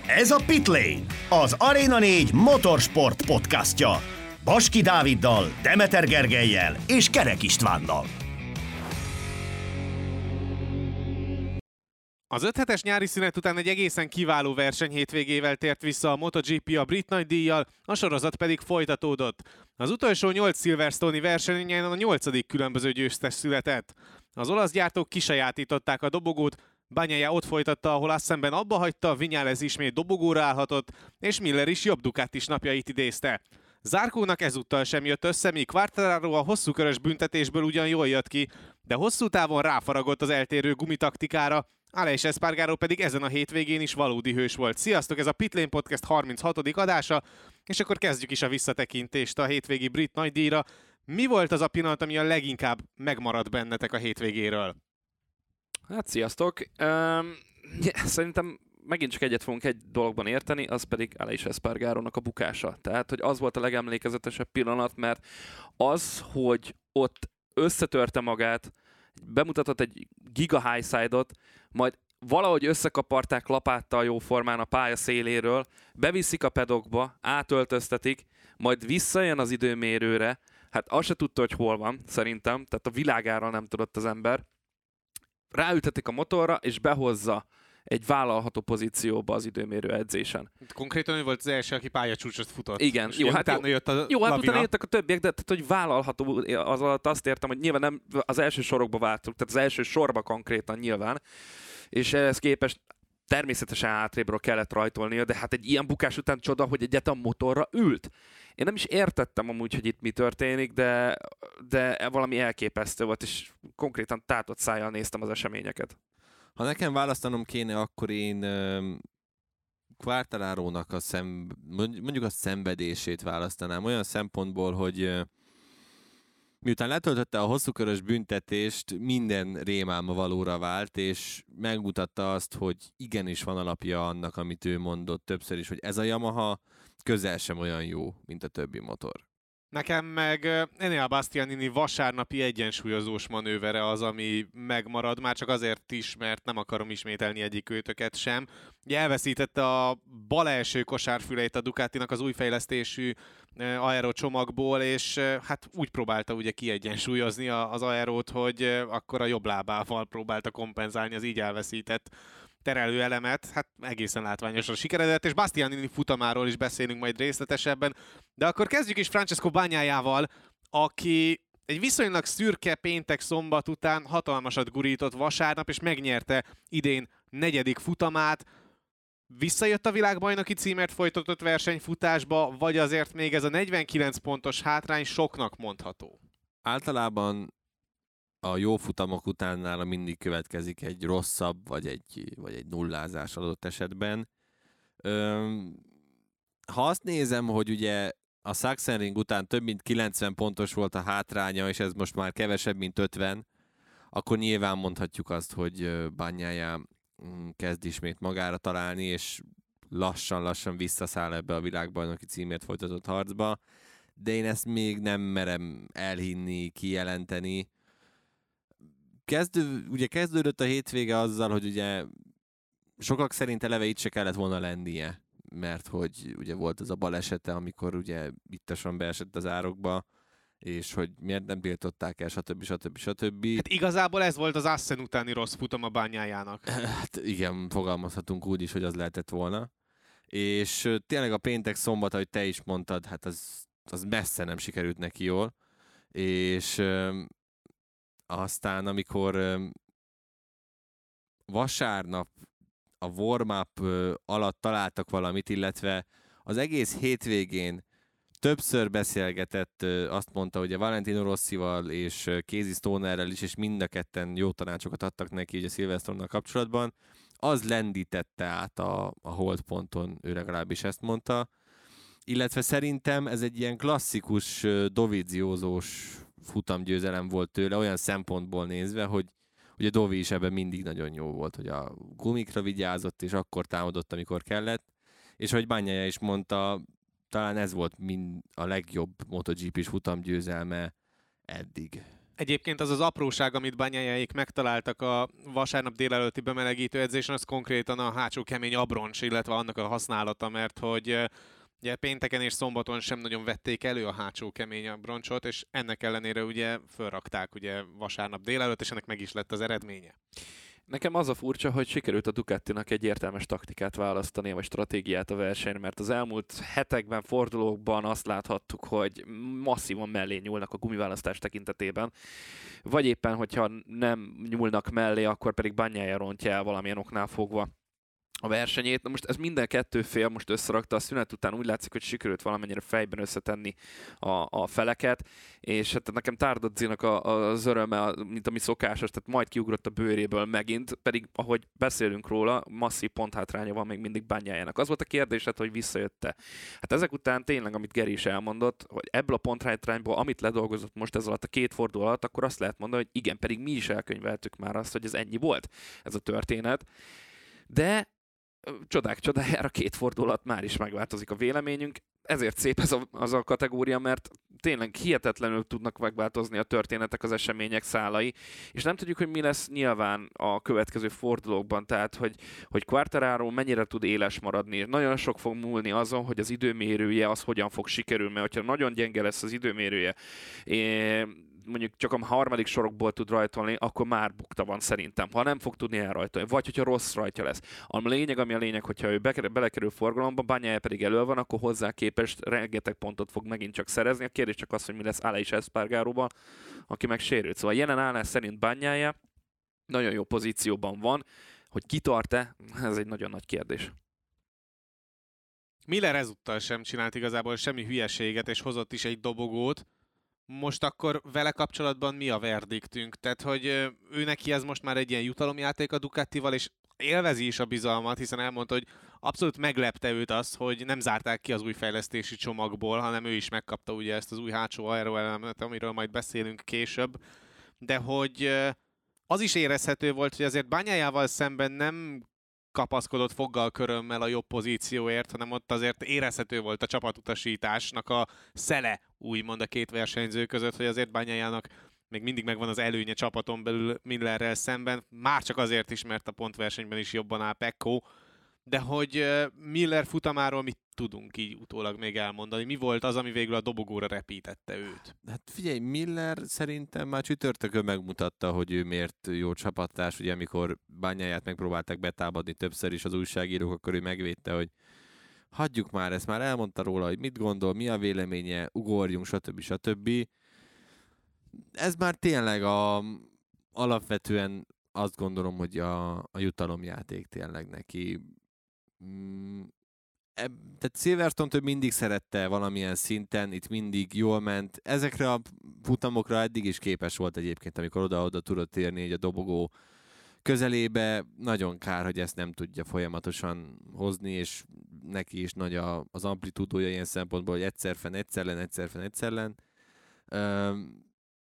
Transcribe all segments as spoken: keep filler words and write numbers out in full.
Ez a Pitlane, az Arena négy motorsport podcastja. Baski Dáviddal, Demeter Gergellyel és Kerek Istvánnal. Az öt hetes nyári szünet után egy egészen kiváló verseny hétvégével tért vissza a MotoGP a brit nagydíjjal, a sorozat pedig folytatódott. Az utolsó nyolc Silverstone-i versenyen a nyolcadik különböző győztes született. Az olasz gyártók kisajátították a dobogót, Bagnaia ott folytatta, ahol azt szemben abba hagyta, Viñales ismét dobogóra állhatott, és Miller is jobb Ducatis napjait idézte. Zarcónak ezúttal sem jött össze, míg Quartararo a hosszú körös büntetésből ugyan jól jött ki, de hosszú távon ráfaragott az eltérő gumitaktikára, Aleix Espargaró pedig ezen a hétvégén is valódi hős volt. Sziasztok, ez a Pitlane Podcast harminchatodik adása, és akkor kezdjük is a visszatekintést a hétvégi brit nagydíjra. Mi volt az a pillanat, ami a leginkább megmaradt bennetek a hétvégéről? Hát sziasztok! Um, szerintem megint csak egyet fogunk egy dologban érteni, az pedig Aleix Espargarónak a bukása. Tehát, hogy az volt a legemlékezetesebb pillanat, mert az, hogy ott összetörte magát, bemutatott egy giga highside-ot, majd valahogy összekaparták lapáttal jóformán a pálya széléről, beviszik a pedokba, átöltöztetik, majd visszajön az időmérőre, hát azt se tudta, hogy hol van, szerintem, tehát a világára nem tudott az ember. Ráültetik a motorra, és behozza egy vállalható pozícióba az időmérő edzésen. Konkrétan ő volt az első, aki pályacsúcsot futott. Igen, jó, hát utána jött a jó, hát lavina. utána jöttek a többiek, de tehát, hogy vállalható, az alatt azt értem, hogy nyilván nem az első sorokba váltunk, tehát az első sorba konkrétan nyilván, és ehhez képest természetesen hátrébről kellett rajtolnia, de hát egy ilyen bukás után csoda, hogy egyáltalán motorra ült. Én nem is értettem amúgy, hogy itt mi történik, de, de valami elképesztő volt, és konkrétan tátott szájjal néztem az eseményeket. Ha nekem választanom kéne, akkor én uh, Quartararónak a szem, mondjuk a szenvedését választanám. Olyan szempontból, hogy uh, miután letöltötte a hosszúkörös büntetést, minden rémálma valóra vált, és megmutatta azt, hogy igenis van alapja annak, amit ő mondott többször is, hogy ez a Yamaha közel sem olyan jó, mint a többi motor. Nekem meg Enea Bastianini vasárnapi egyensúlyozós manővere az, ami megmarad, már csak azért is, mert nem akarom ismételni egyik őtöket sem. Ugye elveszítette a bal első kosárfüleit a Ducatinak az új fejlesztésű aero csomagból, és hát úgy próbálta ugye kiegyensúlyozni az aerót, hogy akkor a jobb lábával próbálta kompenzálni az így elveszített terelő elemet, hát egészen látványosra sikeredett, és Bastianini futamáról is beszélünk majd részletesebben, de akkor kezdjük is Francesco Bagnaiával, aki egy viszonylag szürke péntek-szombat után hatalmasat gurított vasárnap, és megnyerte idén negyedik futamát. Visszajött a világbajnoki címért folytatott versenyfutásba, vagy azért még ez a negyvenkilenc pontos hátrány soknak mondható? Általában a jó futamok után nála mindig következik egy rosszabb, vagy egy, vagy egy nullázás adott esetben. Öm, ha azt nézem, hogy ugye a Sachsenring után több mint kilencven pontos volt a hátránya, és ez most már kevesebb, mint ötven, akkor nyilván mondhatjuk azt, hogy Bagnaia kezd ismét magára találni, és lassan-lassan visszaszáll ebbe a világbajnoki címért folytatott harcba, de én ezt még nem merem elhinni, kijelenteni. Kezdő, ugye kezdődött a hétvége azzal, hogy ugye sokak szerint eleve itt se kellett volna lennie, mert hogy ugye volt az a balesete, amikor ugye ittasan beesett az árokba, és hogy miért nem tiltották el, stb. stb. stb. Hát igazából ez volt az Assen utáni rossz futam a Bagnaiának. Hát igen, fogalmazhatunk úgy is, hogy az lehetett volna. És tényleg a péntek szombat, ahogy te is mondtad, hát az, az messze nem sikerült neki jól. És aztán, amikor vasárnap a warm-up alatt találtak valamit, illetve az egész hétvégén többször beszélgetett, azt mondta, hogy a Valentino Rossival és Casey Stonerrel is, és mind a ketten jó tanácsokat adtak neki így a Silverstone-nal kapcsolatban, az lendítette át a, a holdponton, ő legalábbis ezt mondta. Illetve szerintem ez egy ilyen klasszikus Dovizioso-s futamgyőzelem volt tőle, olyan szempontból nézve, hogy ugye Dovi is ebben mindig nagyon jó volt, hogy a gumikra vigyázott, és akkor támadott, amikor kellett, és ahogy Bagnaia is mondta, talán ez volt mind a legjobb MotoGP-s futamgyőzelme eddig. Egyébként az az apróság, amit Bagnaia-ék megtaláltak a vasárnap délelőtti bemelegítő edzésen, az konkrétan a hátsó kemény abroncs, illetve annak a használata, mert hogy ugye pénteken és szombaton sem nagyon vették elő a hátsó kemény abroncsot, és ennek ellenére ugye fölrakták ugye vasárnap délelőtt, és ennek meg is lett az eredménye. Nekem az a furcsa, hogy sikerült a Ducatinak egy értelmes taktikát választani, vagy stratégiát a versenyre, mert az elmúlt hetekben, fordulókban azt láthattuk, hogy masszívan mellé nyúlnak a gumiválasztás tekintetében, vagy éppen, hogyha nem nyúlnak mellé, akkor pedig Bagnaia rontja el valamilyen oknál fogva a versenyét. Na most ez minden kettő fél most összerakta, a szünet után úgy látszik, hogy sikerült valamennyire fejben összetenni a, a feleket, és hát nekem Tardozzinak a, a, az öröme, mint ami szokásos, tehát majd kiugrott a bőréből megint, pedig ahogy beszélünk róla, masszív ponthátránya van még mindig Bagnaiának. Az volt a kérdés, hogy visszajött-e. Hát ezek után tényleg, amit Geri is elmondott, hogy ebből a ponthátrányból, amit ledolgozott most ez alatt a két forduló alatt, akkor azt lehet mondani, hogy igen, pedig mi is elkönyveltük már azt, hogy ez ennyi volt, ez a történet. De csodák csodájára két fordulat már is megváltozik a véleményünk. Ezért szép ez a, az a kategória, mert tényleg hihetetlenül tudnak megváltozni a történetek, az események szálai, és nem tudjuk, hogy mi lesz nyilván a következő fordulókban, tehát hogy, hogy Quartararo mennyire tud éles maradni. Nagyon sok fog múlni azon, hogy az időmérője az hogyan fog sikerülni, mert hogyha nagyon gyenge lesz az időmérője, é, mondjuk csak a harmadik sorokból tud rajtolni, akkor már bukta van szerintem, ha nem fog tudni elrajtolni, vagy hogyha rossz rajtja lesz. A lényeg, ami a lényeg, hogyha ő belekerül forgalomba, Bagnaia pedig elő van, akkor hozzá képest rengeteg pontot fog megint csak szerezni. A kérdés csak az, hogy mi lesz Aleix Espargaróban, aki meg sérült. Szóval jelen állás szerint Bagnaia nagyon jó pozícióban van, hogy kitart-e, ez egy nagyon nagy kérdés. Miller ezúttal sem csinált igazából semmi hülyeséget, és hozott is egy dobogót. Most akkor vele kapcsolatban mi a verdiktünk? Tehát, hogy ő neki ez most már egy ilyen jutalomjáték a Ducatival, és élvezi is a bizalmat, hiszen elmondta, hogy abszolút meglepte őt az, hogy nem zárták ki az új fejlesztési csomagból, hanem ő is megkapta ugye ezt az új hátsó aeroelemet, amiről majd beszélünk később. De hogy az is érezhető volt, hogy azért Bagnaiával szemben nem kapaszkodott foggal körömmel a jobb pozícióért, hanem ott azért érezhető volt a csapatutasításnak a szele, úgymond a két versenyző között, hogy azért Bagnaiának még mindig megvan az előnye csapaton belül Millerrel szemben, már csak azért is, mert a pontversenyben is jobban áll Pecco, de hogy Miller futamáról mit tudunk így utólag még elmondani? Mi volt az, ami végül a dobogóra repítette őt? Hát figyelj, Miller szerintem már csütörtökön megmutatta, hogy ő miért jó csapattárs, ugye amikor Bagnaiát megpróbálták betámadni többször is az újságírók, akkor ő megvédte, hogy hagyjuk már, ezt már elmondta róla, hogy mit gondol, mi a véleménye, ugorjunk, stb. stb. Ez már tényleg a, alapvetően azt gondolom, hogy a, a jutalomjáték tényleg neki. Mm, eb, tehát Silverstone-t mindig szerette valamilyen szinten, itt mindig jól ment. Ezekre a futamokra eddig is képes volt egyébként, amikor oda-oda tudott érni, hogy a dobogó közelébe. Nagyon kár, hogy ezt nem tudja folyamatosan hozni, és neki is nagy a, az amplitúdója ilyen szempontból, hogy egyszer fenn, egyszer len, egyszer fenn, egyszer len. Üm,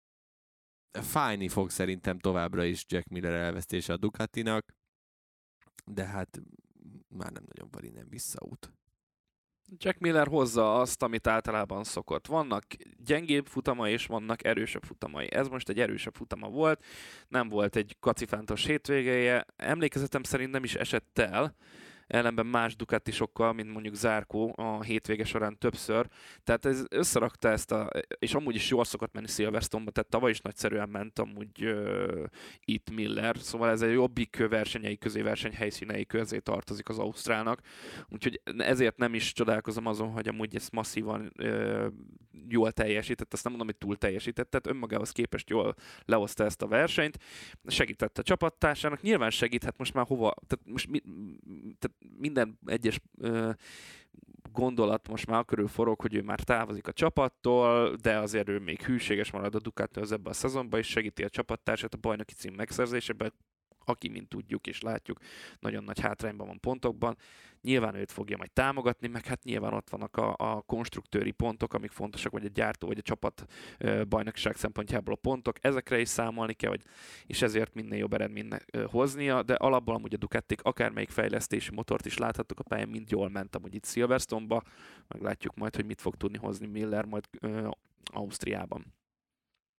fájni fog szerintem továbbra is Jack Miller elvesztése a Ducatinak, de hát már nem nagyon van innen visszaút. Jack Miller hozza azt, amit általában szokott. Vannak gyengébb futamai, és vannak erősebb futamai. Ez most egy erősebb futama volt, nem volt egy kacifántos hétvégéje. Emlékezetem szerint nem is esett el, ellenben más Ducatisokkal, mint mondjuk Zarco a hétvége során többször. Tehát ez összerakta ezt a, és amúgy is jól szokott menni Silverstone-ba, tehát tavaly is nagyszerűen ment amúgy uh, itt Miller, szóval ez egy jobbik versenyei közé, versenyhelyszínei közé tartozik az ausztrálnak, úgyhogy ezért nem is csodálkozom azon, hogy amúgy ezt masszívan uh, jól teljesített, azt nem mondom, hogy túl teljesített, tehát önmagához képest jól lehozta ezt a versenyt, segített a csapattársának, nyilván segíthet most már hova, tehát most mi, tehát minden egyes ö, gondolat most már körül forog, hogy ő már távozik a csapattól, de azért ő még hűséges marad a Ducatihoz ebben a szezonban, és segíti a csapattársát a bajnoki cím megszerzésében, aki, mint tudjuk és látjuk, nagyon nagy hátrányban van pontokban. Nyilván őt fogja majd támogatni, meg hát nyilván ott vannak a, a konstruktőri pontok, amik fontosak, vagy a gyártó, vagy a csapat ö, bajnokság szempontjából a pontok. Ezekre is számolni kell, hogy, és ezért minél jobb eredményt hoznia, de alapból amúgy a Ducatik akármelyik fejlesztési motort is láthattuk a pályán, mind jól ment amúgy itt Silverstone-ba, meglátjuk majd, hogy mit fog tudni hozni Miller majd ö, Ausztriában.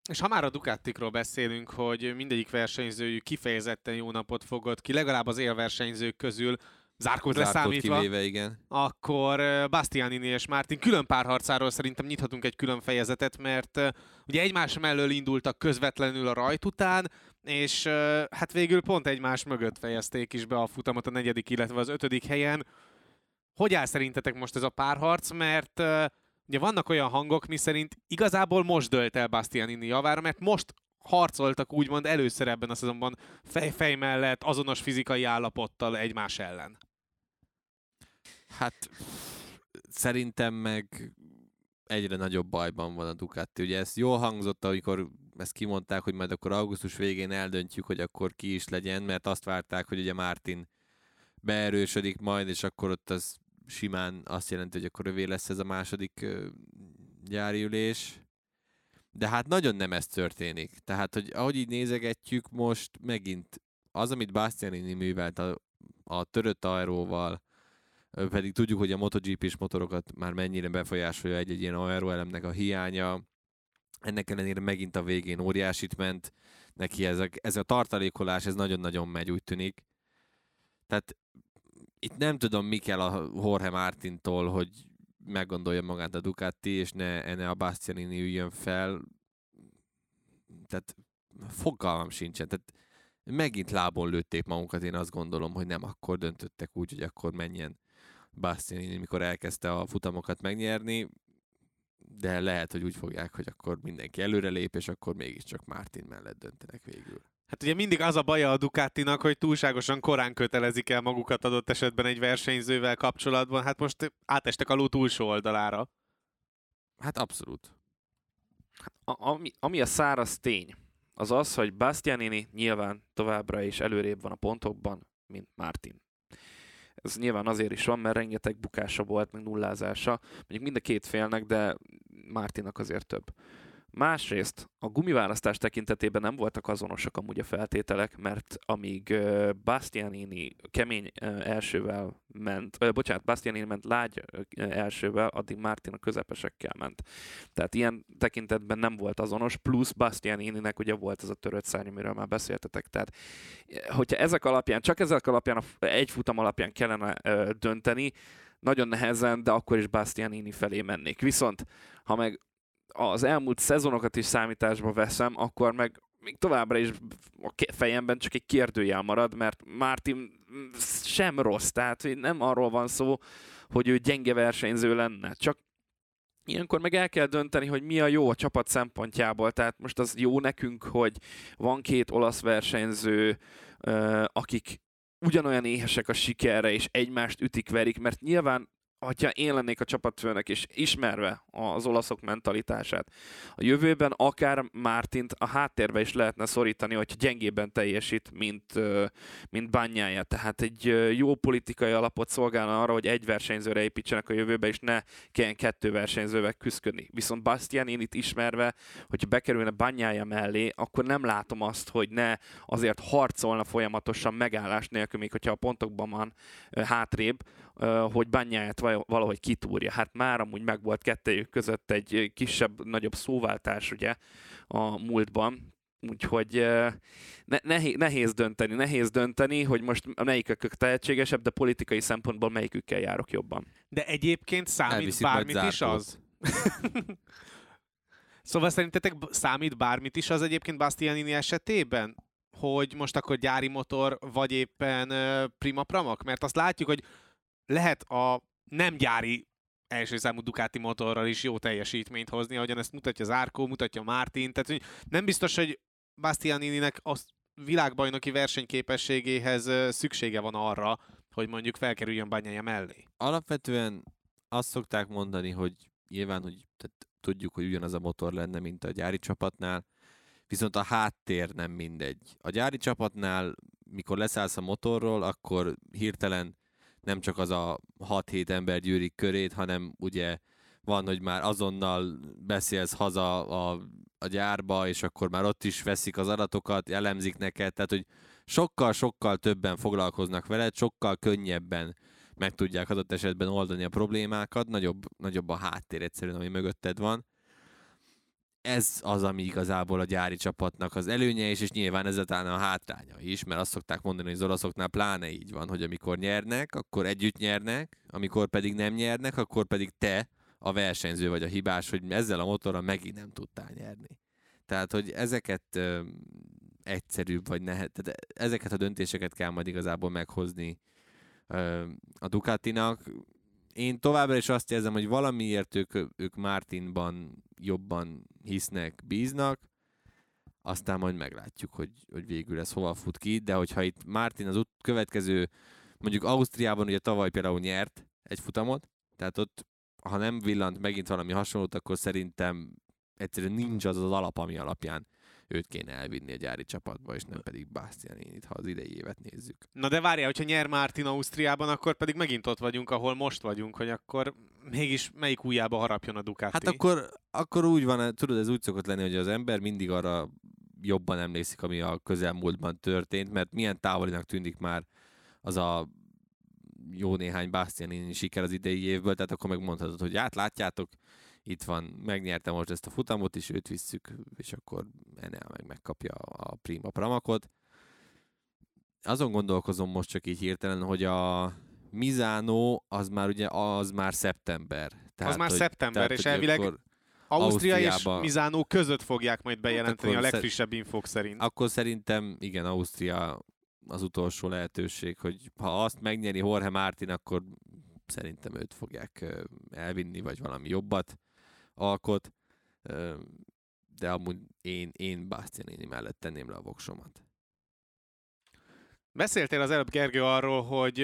És ha már a Ducatikról beszélünk, hogy mindegyik versenyzőjük kifejezetten jó napot fogott ki, legalább az élversenyzők közül, Zarcót leszámítva, kivéve, igen. akkor Bastianini és Martin külön párharcáról szerintem nyithatunk egy külön fejezetet, mert ugye egymás mellől indultak közvetlenül a rajt után, és hát végül pont egymás mögött fejezték is be a futamot a negyedik, illetve az ötödik helyen. Hogy áll szerintetek most ez a párharc, mert ugye vannak olyan hangok, miszerint igazából most dölt el Bastianini javára, mert most harcoltak úgymond először ebben a szezonban fej-fej mellett, azonos fizikai állapottal egymás ellen. Hát szerintem meg egyre nagyobb bajban van a Ducati. Ugye ez jól hangzott, amikor ezt kimondták, hogy majd akkor augusztus végén eldöntjük, hogy akkor ki is legyen, mert azt várták, hogy ugye Martin beerősödik majd, és akkor ott az simán azt jelenti, hogy akkor övé lesz ez a második gyári ülés. De hát nagyon nem ez történik. Tehát, hogy ahogy így nézegetjük most, megint az, amit Bastianini művelt a, a törött aeróval, pedig tudjuk, hogy a MotoGP-s motorokat már mennyire befolyásolja egy-egy ilyen aeroelemnek a hiánya. Ennek ellenére megint a végén óriásit ment. Neki ez a, ez a tartalékolás, ez nagyon-nagyon megy, úgy tűnik. Tehát itt nem tudom, mi kell a Jorge Martintól, hogy meggondolja magát a Ducati, és ne, ne a Bastianini üljön fel. Tehát fogalmam sincsen. Tehát megint lábon lőtték magunkat, én azt gondolom, hogy nem akkor döntöttek úgy, hogy akkor menjen Bastianini, mikor elkezdte a futamokat megnyerni, de lehet, hogy úgy fogják, hogy akkor mindenki előrelép, és akkor mégiscsak Martin mellett döntenek végül. Hát ugye mindig az a baja a Ducatinak, hogy túlságosan korán kötelezik el magukat adott esetben egy versenyzővel kapcsolatban. Hát most átestek a ló túlsó oldalára. Hát abszolút. A, ami, ami a száraz tény, az az, hogy Bastianini nyilván továbbra is előrébb van a pontokban, mint Martin. Ez nyilván azért is van, mert rengeteg bukása volt, meg nullázása, mondjuk mind a két félnek, de Martinnak azért több. Másrészt a gumiválasztás tekintetében nem voltak azonosak amúgy a feltételek, mert amíg Bastianini kemény elsővel ment, ö, bocsánat, Bastianini ment lágy elsővel, addig Martin a közepesekkel ment. Tehát ilyen tekintetben nem volt azonos, plusz Bastianininek ugye volt ez a törött szárny, amiről már beszéltetek. Tehát hogyha ezek alapján, csak ezek alapján, egy futam alapján kellene ö, dönteni, nagyon nehezen, de akkor is Bastianini felé mennék. Viszont, ha meg az elmúlt szezonokat is számításba veszem, akkor meg még továbbra is a fejemben csak egy kérdőjel marad, mert Martin sem rossz, tehát nem arról van szó, hogy ő gyenge versenyző lenne, csak ilyenkor meg el kell dönteni, hogy mi a jó a csapat szempontjából, tehát most az jó nekünk, hogy van két olasz versenyző, akik ugyanolyan éhesek a sikerre, és egymást ütik-verik, mert nyilván hogyha én lennék a csapatfőnök, és ismerve az olaszok mentalitását, a jövőben akár Martint a háttérbe is lehetne szorítani, hogyha gyengébben teljesít, mint, mint Bagnaia. Tehát egy jó politikai alapot szolgálna arra, hogy egy versenyzőre építsenek a jövőbe, és ne kelljen kettő versenyzővel küzdködni. Viszont Bastianinit ismerve, hogyha bekerülne Bagnaia mellé, akkor nem látom azt, hogy ne azért harcolna folyamatosan megállás nélkül, még hogyha a pontokban van hátrébb, hogy Bagnaia-t valahogy kitúrja. Hát már amúgy meg volt kettejük között egy kisebb-nagyobb szóváltás ugye a múltban, úgyhogy ne, nehéz, nehéz dönteni, nehéz dönteni, hogy most melyikük tehetségesebb, de politikai szempontból melyikükkel járok jobban. De egyébként számít Elviszik bármit is az? Szóval szerintetek számít bármit is az egyébként Bastianini esetében? Hogy most akkor gyári motor, vagy éppen uh, prima pramak? Mert azt látjuk, hogy lehet a nem gyári első számú Ducati motorral is jó teljesítményt hozni, ahogyan ezt mutatja Zarco, mutatja Martin, tehát nem biztos, hogy Bastianininek a világbajnoki versenyképességéhez szüksége van arra, hogy mondjuk felkerüljön Bagnaia mellé. Alapvetően azt szokták mondani, hogy nyilván, hogy tehát tudjuk, hogy ugyanaz a motor lenne, mint a gyári csapatnál, viszont a háttér nem mindegy. A gyári csapatnál, mikor leszállsz a motorról, akkor hirtelen nem csak az a hat-hét ember gyűrik körét, hanem ugye van, hogy már azonnal beszélsz haza a, a gyárba, és akkor már ott is veszik az adatokat, elemzik neked, tehát hogy sokkal-sokkal többen foglalkoznak veled, sokkal könnyebben meg tudják adott esetben oldani a problémákat, nagyobb, nagyobb a háttér egyszerűen, ami mögötted van. ez az, ami igazából a gyári csapatnak az előnye is, és nyilván ez talán a hátránya is, mert azt szokták mondani, hogy az olaszoknál pláne így van, hogy amikor nyernek, akkor együtt nyernek, amikor pedig nem nyernek, akkor pedig te a versenyző vagy a hibás, hogy ezzel a motorral megint nem tudtál nyerni. Tehát, hogy ezeket ö, egyszerűbb, vagy nehet, tehát ezeket a döntéseket kell majd igazából meghozni ö, a Ducatinak. Én továbbra is azt érzem, hogy valamiért ők, ők Martinban jobban hisznek, bíznak, aztán majd meglátjuk, hogy, hogy végül ez hova fut ki, de hogyha itt Martin az ut- következő, mondjuk Ausztriában ugye tavaly például nyert egy futamot, tehát ott, ha nem villant megint valami hasonlót, akkor szerintem egyszerűen nincs az az alap, ami alapján őt kéne elvinni a gyári csapatba, és nem pedig Bastianinit, ha az idei évet nézzük. Na de várjál, hogyha nyer Martin Ausztriában, akkor pedig megint ott vagyunk, ahol most vagyunk, hogy akkor mégis melyik ujjába harapjon a Ducati. Hát akkor, akkor úgy van, tudod, ez úgy szokott lenni, hogy az ember mindig arra jobban emlékszik, ami a közelmúltban történt, mert milyen távolinak tűnik már az a jó néhány Bastianini siker az idei évből, tehát akkor megmondhatod, hogy hát látjátok, itt van, megnyerte most ezt a futamot is, őt visszük, és akkor Enea meg megkapja a Prima Pramakot. Azon gondolkozom most csak így hirtelen, hogy a Misano az már ugye az már szeptember. Tehát, az már hogy, szeptember, tehát, és hogy elvileg akkor Ausztria és Ausztriába... Misano között fogják majd bejelenteni hát a legfrissebb infók szerint. Akkor szerintem igen, Ausztria az utolsó lehetőség, hogy ha azt megnyeri Jorge Martin, akkor szerintem őt fogják elvinni, vagy valami jobbat alkot, de amúgy én, én Bastianini mellett tenném le a voksomat. Beszéltél az előbb, Gergő, arról, hogy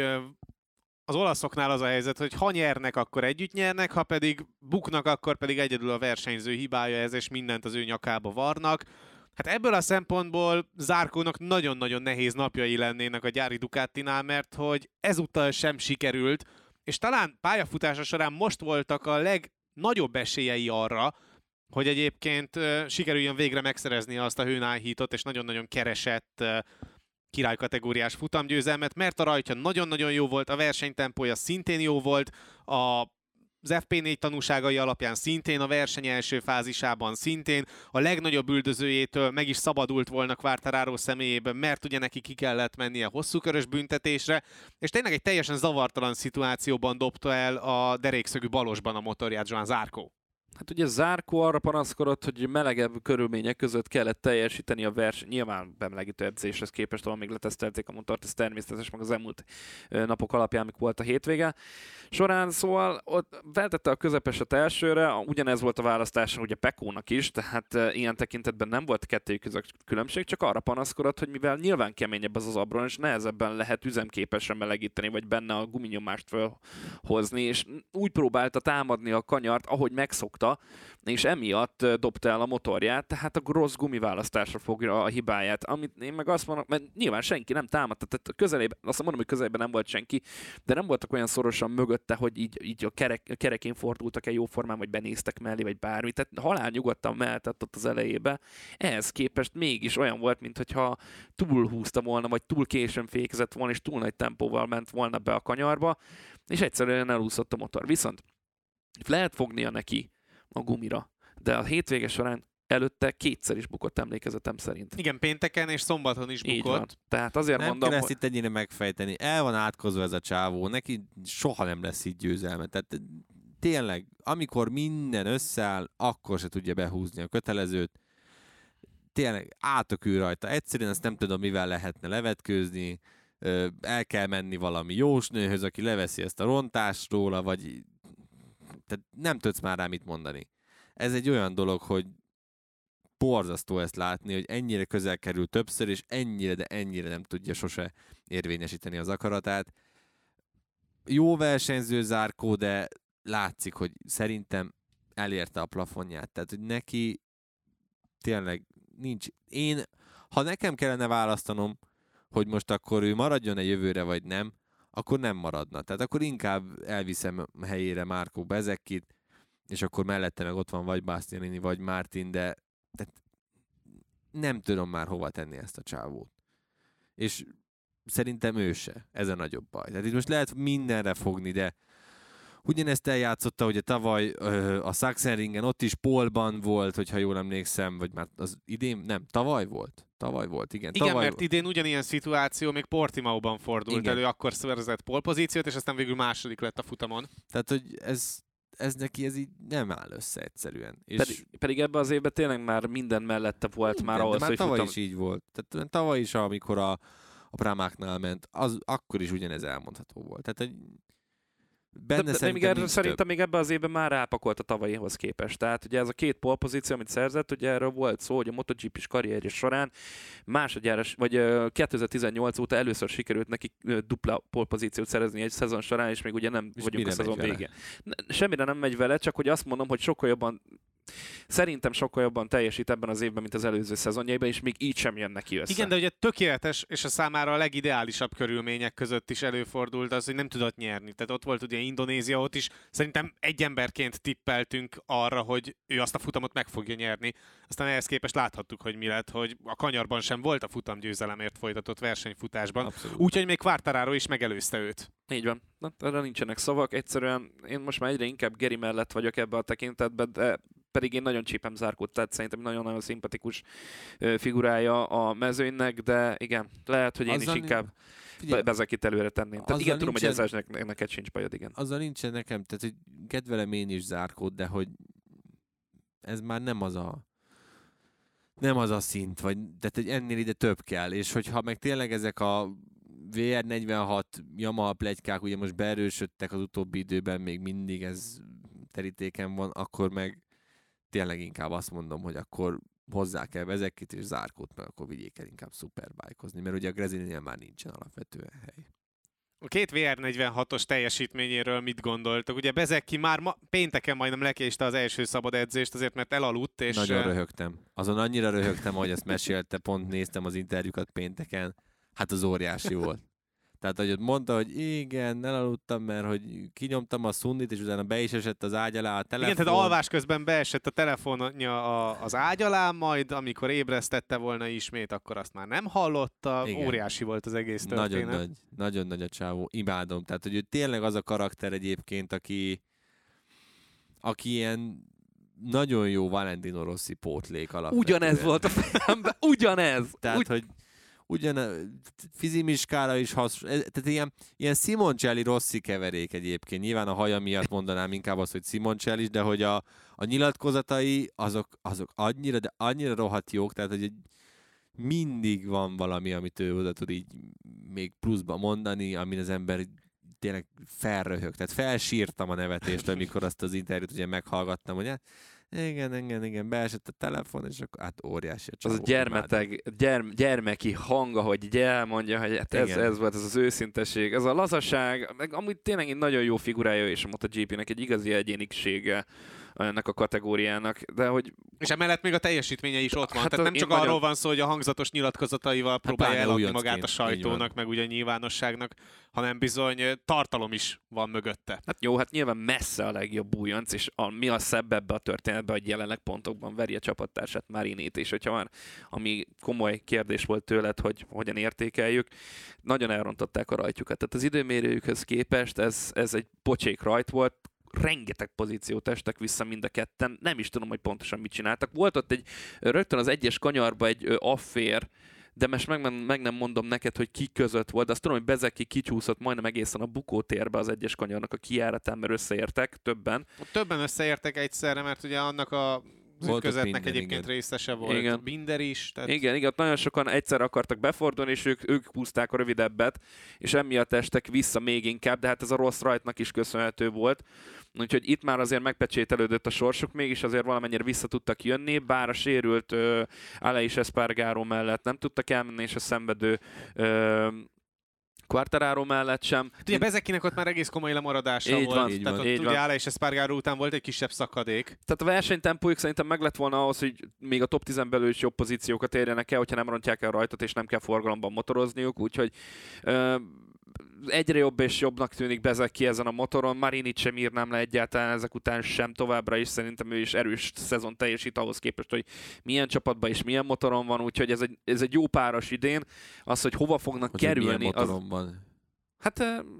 az olaszoknál az a helyzet, hogy ha nyernek, akkor együtt nyernek, ha pedig buknak, akkor pedig egyedül a versenyző hibája ez, és mindent az ő nyakába varnak. Hát ebből a szempontból Zarcónak nagyon-nagyon nehéz napjai lennének a gyári Ducatinál, mert hogy ezúttal sem sikerült, és talán pályafutása során most voltak a legnagyobb esélyei arra, hogy egyébként uh, sikerüljön végre megszerezni azt a hőnállhítot, és nagyon-nagyon keresett uh, királykategóriás futamgyőzelmet, mert a rajtja nagyon-nagyon jó volt, a versenytempója szintén jó volt, a az ef pé négy tanúságai alapján szintén, a verseny első fázisában szintén, a legnagyobb üldözőjétől meg is szabadult volna Quartararo személyében, mert ugye neki ki kellett mennie hosszú körös büntetésre, és tényleg egy teljesen zavartalan szituációban dobta el a derékszögű balosban a motorját Johann Zarco. Hát ugye Zarco arra panaszkodott, hogy melegebb körülmények között kellett teljesíteni a verseny. Nyilván bemelegítő edzéshez képest, ahol még letesztelték a motort, ez természetes, meg az elmúlt napok alapján, amik volt a hétvége során. Szóval ott feltette a közepeset elsőre, ugyanez volt a választása ugye Pekónak is, tehát ilyen tekintetben nem volt kettőjük között különbség, csak arra panaszkodott, hogy mivel nyilván keményebb az az abron, és nehezebben lehet üzemképesen melegíteni, vagy benne a guminyomást fölhozni, és úgy próbálta támadni a kanyart, ahogy megszokta, és emiatt dobta el a motorját, tehát a rossz gumiválasztásra fogja a hibáját, amit én meg azt mondom, mert nyilván senki nem támadta, tehát közelében, azt mondom, hogy közelében nem volt senki, de nem voltak olyan szorosan mögötte, hogy így, így a, kerek, a kerekén fordultak-e jóformán, vagy benéztek mellé, vagy bármi, tehát halál nyugodtan mehetett ott az elejébe. Ehhez képest mégis olyan volt, mintha túl húzta volna, vagy túl későn fékezett volna, és túl nagy tempóval ment volna be a kanyarba, és egyszerűen elúszott a motor. Viszont lehet fognia neki a gumira, de a hétvége során előtte kétszer is bukott, emlékezetem szerint. Igen, pénteken és szombaton is bukott. Így van. Tehát azért nem mondom, kell ezt hogy... itt ennyire megfejteni. El van átkozva ez a csávó, neki soha nem lesz így győzelme. Tehát tényleg, amikor minden összeáll, akkor se tudja behúzni a kötelezőt. Tényleg átökül rajta. Egyszerűen ezt nem tudom, mivel lehetne levetkőzni. El kell menni valami jósnőhöz, aki leveszi ezt a rontást róla, vagy tehát nem tudsz már rá mit mondani. Ez egy olyan dolog, hogy borzasztó ezt látni, hogy ennyire közel kerül többször, és ennyire, de ennyire nem tudja sose érvényesíteni az akaratát. Jó versenyző Zarco, de látszik, hogy szerintem elérte a plafonját. Tehát, hogy neki tényleg nincs... Én, ha nekem kellene választanom, hogy most akkor ő maradjon-e jövőre, vagy nem, akkor nem maradna. Tehát akkor inkább elviszem helyére Marco Bezekkit, és akkor mellette meg ott van vagy Bastianini, vagy Martin, de tehát nem tudom már hova tenni ezt a csávót. És szerintem ő se. Ez a nagyobb baj. Tehát itt most lehet mindenre fogni, de Ugyanezt eljátszotta, ugye tavaly ö, a Sachsenringen, ott is pólban volt, hogyha jól emlékszem, vagy már az idén, nem, tavaly volt. Tavaly volt, igen. Igen, tavaly mert volt. idén ugyanilyen szituáció még Portimaóban fordult Igen. elő, akkor szerzett polpozíciót, és aztán végül második lett a futamon. Tehát, hogy ez, ez neki ez így nem áll össze egyszerűen. És Pedig, pedig ebben az évben tényleg már minden mellette volt minden, már ahhoz, de már hogy tavaly futam... is így volt. Tehát tavaly is, amikor a, a Pramáknál ment, az akkor is ugyanez elmondható volt. Tehát, hogy benne de, de, de még szerintem erre, nincs szerintem több. még ebben az évben már rápakolt a tavalyihoz képest. Tehát ugye ez a két pole pozíció, amit szerzett, ugye erről volt szó, hogy a MotoGP-s karrierje során másodjára, vagy uh, kétezer-tizennyolc óta először sikerült neki uh, dupla pole pozíciót szerezni egy szezon során, és még ugye nem És vagyunk a mire szezon megy vele? végén. Semmire nem megy vele, csak hogy azt mondom, hogy sokkal jobban Szerintem sokkal jobban teljesít ebben az évben, mint az előző szezonjaiban, és még így sem jön neki össze. Igen, de ugye tökéletes, és a számára a legideálisabb körülmények között is előfordult az, hogy nem tudott nyerni. Tehát ott volt ugye Indonézia, ott is szerintem egy emberként tippeltünk arra, hogy ő azt a futamot meg fogja nyerni. Aztán ehhez képest láthattuk, hogy mi lett, hogy a kanyarban sem volt a futamgyőzelemért folytatott versenyfutásban. Úgyhogy még Quartararo is megelőzte őt. Így van. Na, erre nincsenek szavak. Egyszerűen én most már egyre inkább Geri mellett vagyok ebbe a tekintetben, de pedig én nagyon csípem Zarcót, tehát szerintem nagyon-nagyon szimpatikus figurája a mezőnynek, de igen, lehet, hogy én Azzal is inkább figyelj, Bezekit előre tenném. Tehát igen, tudom, nincsen, hogy ezzel neked sincs bajod, igen. Azzal nincsen nekem, tehát hogy kedvelem én is Zarcót, de hogy ez már nem az a nem az a szint, vagy tehát hogy ennél ide több kell, és hogyha meg tényleg ezek a vé er negyvenhat Yamaha pletykák ugye most beerősödtek az utóbbi időben, még mindig ez terítéken van, akkor meg tényleg inkább azt mondom, hogy akkor hozzá kell Bezekit és Zarcót, meg akkor vigyék el inkább szuperbájkozni, mert ugye a Gresininél már nincsen alapvetően hely. A két vé er negyvenhatos teljesítményéről mit gondoltak? Ugye Bezeki már ma, pénteken majdnem lekéste az első szabad edzést, azért mert elaludt, és... Nagyon röhögtem. Azon annyira röhögtem, ahogy ezt mesélte, pont néztem az interjúkat pénteken, hát az óriási volt. Tehát, hogy ott mondta, hogy igen, elaludtam, mert hogy kinyomtam a szundit, és utána be is esett az ágy alá a telefon. Igen, tehát alvás közben beesett a telefonja a, az ágy alá, majd amikor ébresztette volna ismét, akkor azt már nem hallotta. Igen. Óriási volt az egész történet. Nagyon nagy, nagyon nagy a csávó. Imádom. Tehát, hogy ő tényleg az a karakter egyébként, aki, aki ilyen nagyon jó Valentino Rossi pótlék alapvetően. Ugyanez volt a fejemben, ugyanez! Tehát, Ugy... hogy ugyan fizimiskára is hasznos, tehát ilyen, ilyen Simoncelli Rossi keverék egyébként. Nyilván a haja miatt mondanám inkább azt, hogy Simoncelli, de hogy a, a nyilatkozatai azok, azok annyira, de annyira rohadt jók, tehát hogy mindig van valami, amit ő oda tud így még pluszba mondani, amin az ember tényleg felröhög. Tehát felsírtam a nevetést, amikor azt az interjút ugye meghallgattam, hogy igen, igen, igen, beesett a telefon, és akkor hát óriási a csávó. Az a gyermeteg, gyerm, gyermeki hang, ahogy így elmondja, hogy hát ez, ez volt, ez az őszinteség, ez a lazaság, meg amúgy tényleg egy nagyon jó figurája és a MotoGP-nek egy igazi egyénisége ennek a kategóriának, de hogy... És emellett még a teljesítménye is ott van, Hát tehát nem csak nagyon... arról van szó, hogy a hangzatos nyilatkozataival próbálja hát eladni magát a sajtónak, meg ugye a nyilvánosságnak, hanem bizony tartalom is van mögötte. Hát jó, hát nyilván messze a legjobb újonc, és a, mi a szebb ebbe a történetbe, hogy jelenleg pontokban veri a csapattársát Marinét, és hogyha már, ami komoly kérdés volt tőled, hogy hogyan értékeljük, nagyon elrontották a rajtjukat. Tehát az időmérőjükhöz képest ez, ez egy pocsék rajt volt, rengeteg pozíciót estek vissza mind a ketten, nem is tudom, hogy pontosan mit csináltak. Volt ott egy, rögtön az egyes kanyarba egy affér, de most meg, meg nem mondom neked, hogy ki között volt, de azt tudom, hogy Bezeki kicsúszott majdnem egészen a bukótérbe az egyes kanyarnak a kijáratán, mert összeértek többen. Többen összeértek egyszerre, mert ugye annak a az ütközetnek Binder, egyébként igen. részese volt. Igen. Binder is. Tehát... Igen, igen, nagyon sokan egyszer akartak befordulni, és ők, ők húzták a rövidebbet, és emiatt estek vissza még inkább, de hát ez a rossz rajtnak is köszönhető volt. Úgyhogy itt már azért megpecsételődött a sorsuk, mégis azért valamennyire vissza tudtak jönni, bár a sérült uh, Aleix Espargaró mellett nem tudtak elmenni, és a szenvedő uh, Quartararo mellett sem. Ugye Bezekinek ott már egész komoly lemaradása így volt. Van, így így tehát van, ott így ugye van. Aleix Espargaró után volt egy kisebb szakadék. Tehát a versenytempójuk szerintem meg lett volna ahhoz, hogy még a top tízen belül is jobb pozíciókat érjenek el, hogyha nem rontják el rajtot, és nem kell forgalomban motorozniuk, úgyhogy uh, egyre jobb és jobbnak tűnik Bezeki ezen a motoron. Marinit sem írnám le egyáltalán ezek után sem, továbbra is szerintem ő is erős szezon teljesít ahhoz képest, hogy milyen csapatban és milyen motoron van, úgyhogy ez egy, ez egy jó páros idén. Az, hogy hova fognak hogy kerülni. Milyen motoron az... van? Hát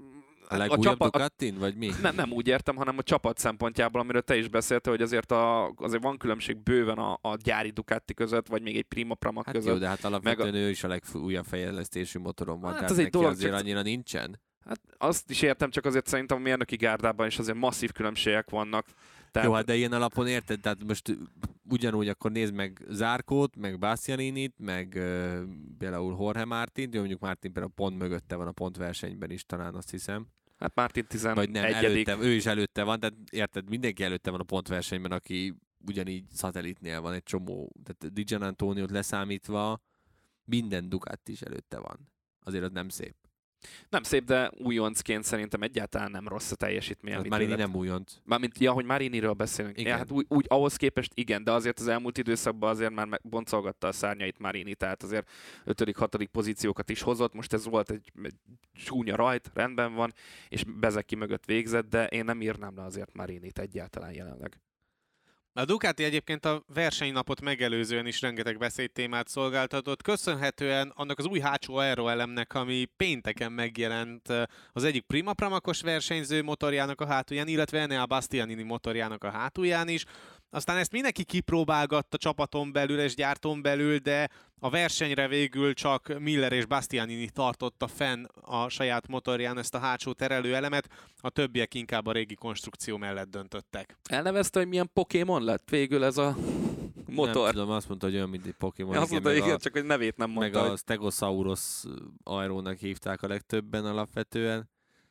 A legújabb csapa- Ducatin, vagy mi? Nem, nem úgy értem, hanem a csapat szempontjából, amiről te is beszéltél, hogy azért, a, azért van különbség bőven a, a gyári Ducati között, vagy még egy Prima Prama Hát között. jó, de hát alapvetően a... ő is a legújabb fejlesztésű motoron van, Hát tehát ez egy neki dolog, azért csak- annyira nincsen. Hát azt is értem, csak azért szerintem a mérnöki gárdában is azért masszív különbségek vannak. Tehát... Jó, hát de ilyen alapon érted, tehát most ugyanúgy akkor nézd meg Zárkót, meg Bastianinit, meg uh, például Jorge Martint, jó, mondjuk Martin például pont mögötte van a pontversenyben is, talán azt hiszem. Hát Martin Vagy nem, tizenegyedik. előtte, ő is előtte van, tehát érted, mindenki előtte van a pontversenyben, aki ugyanígy szatellitnél van egy csomó, tehát Di Giannantonio-t leszámítva, minden Ducati is előtte van. Azért az nem szép. Nem szép, de újoncként szerintem egyáltalán nem rossz a teljesítmény. Az amit Marini tőle- nem újonc. Mármint, ja, hogy Mariniről beszélünk. Igen. Ja, hát úgy, úgy ahhoz képest igen, de azért az elmúlt időszakban azért már me- boncolgatta a szárnyait Marini, tehát azért ötödik, hatodik pozíciókat is hozott. Most ez volt egy, egy csúnya rajt, rendben van, és Bezeki mögött végzett, de én nem írnám le azért Marinit egyáltalán jelenleg. A Ducati egyébként a versenynapot megelőzően is rengeteg beszédtémát szolgáltatott, köszönhetően annak az új hátsó aeroelemnek, ami pénteken megjelent az egyik Prima Pramakos versenyző motorjának a hátulján, illetve Enea Bastianini motorjának a hátulján is. Aztán ezt mindenki kipróbálgatta csapaton belül és gyárton belül, de a versenyre végül csak Miller és Bastianini tartotta fenn a saját motorján ezt a hátsó terelőelemet, a többiek inkább a régi konstrukció mellett döntöttek. Elnevezte, hogy milyen Pokémon lett végül ez a motor? Nem tudom, azt mondta, hogy olyan, mint egy Pokémon. Azt mondta, meg igen, a, csak hogy nevét nem meg mondta. a hogy... Stegosaurus aerónak hívták a legtöbben alapvetően.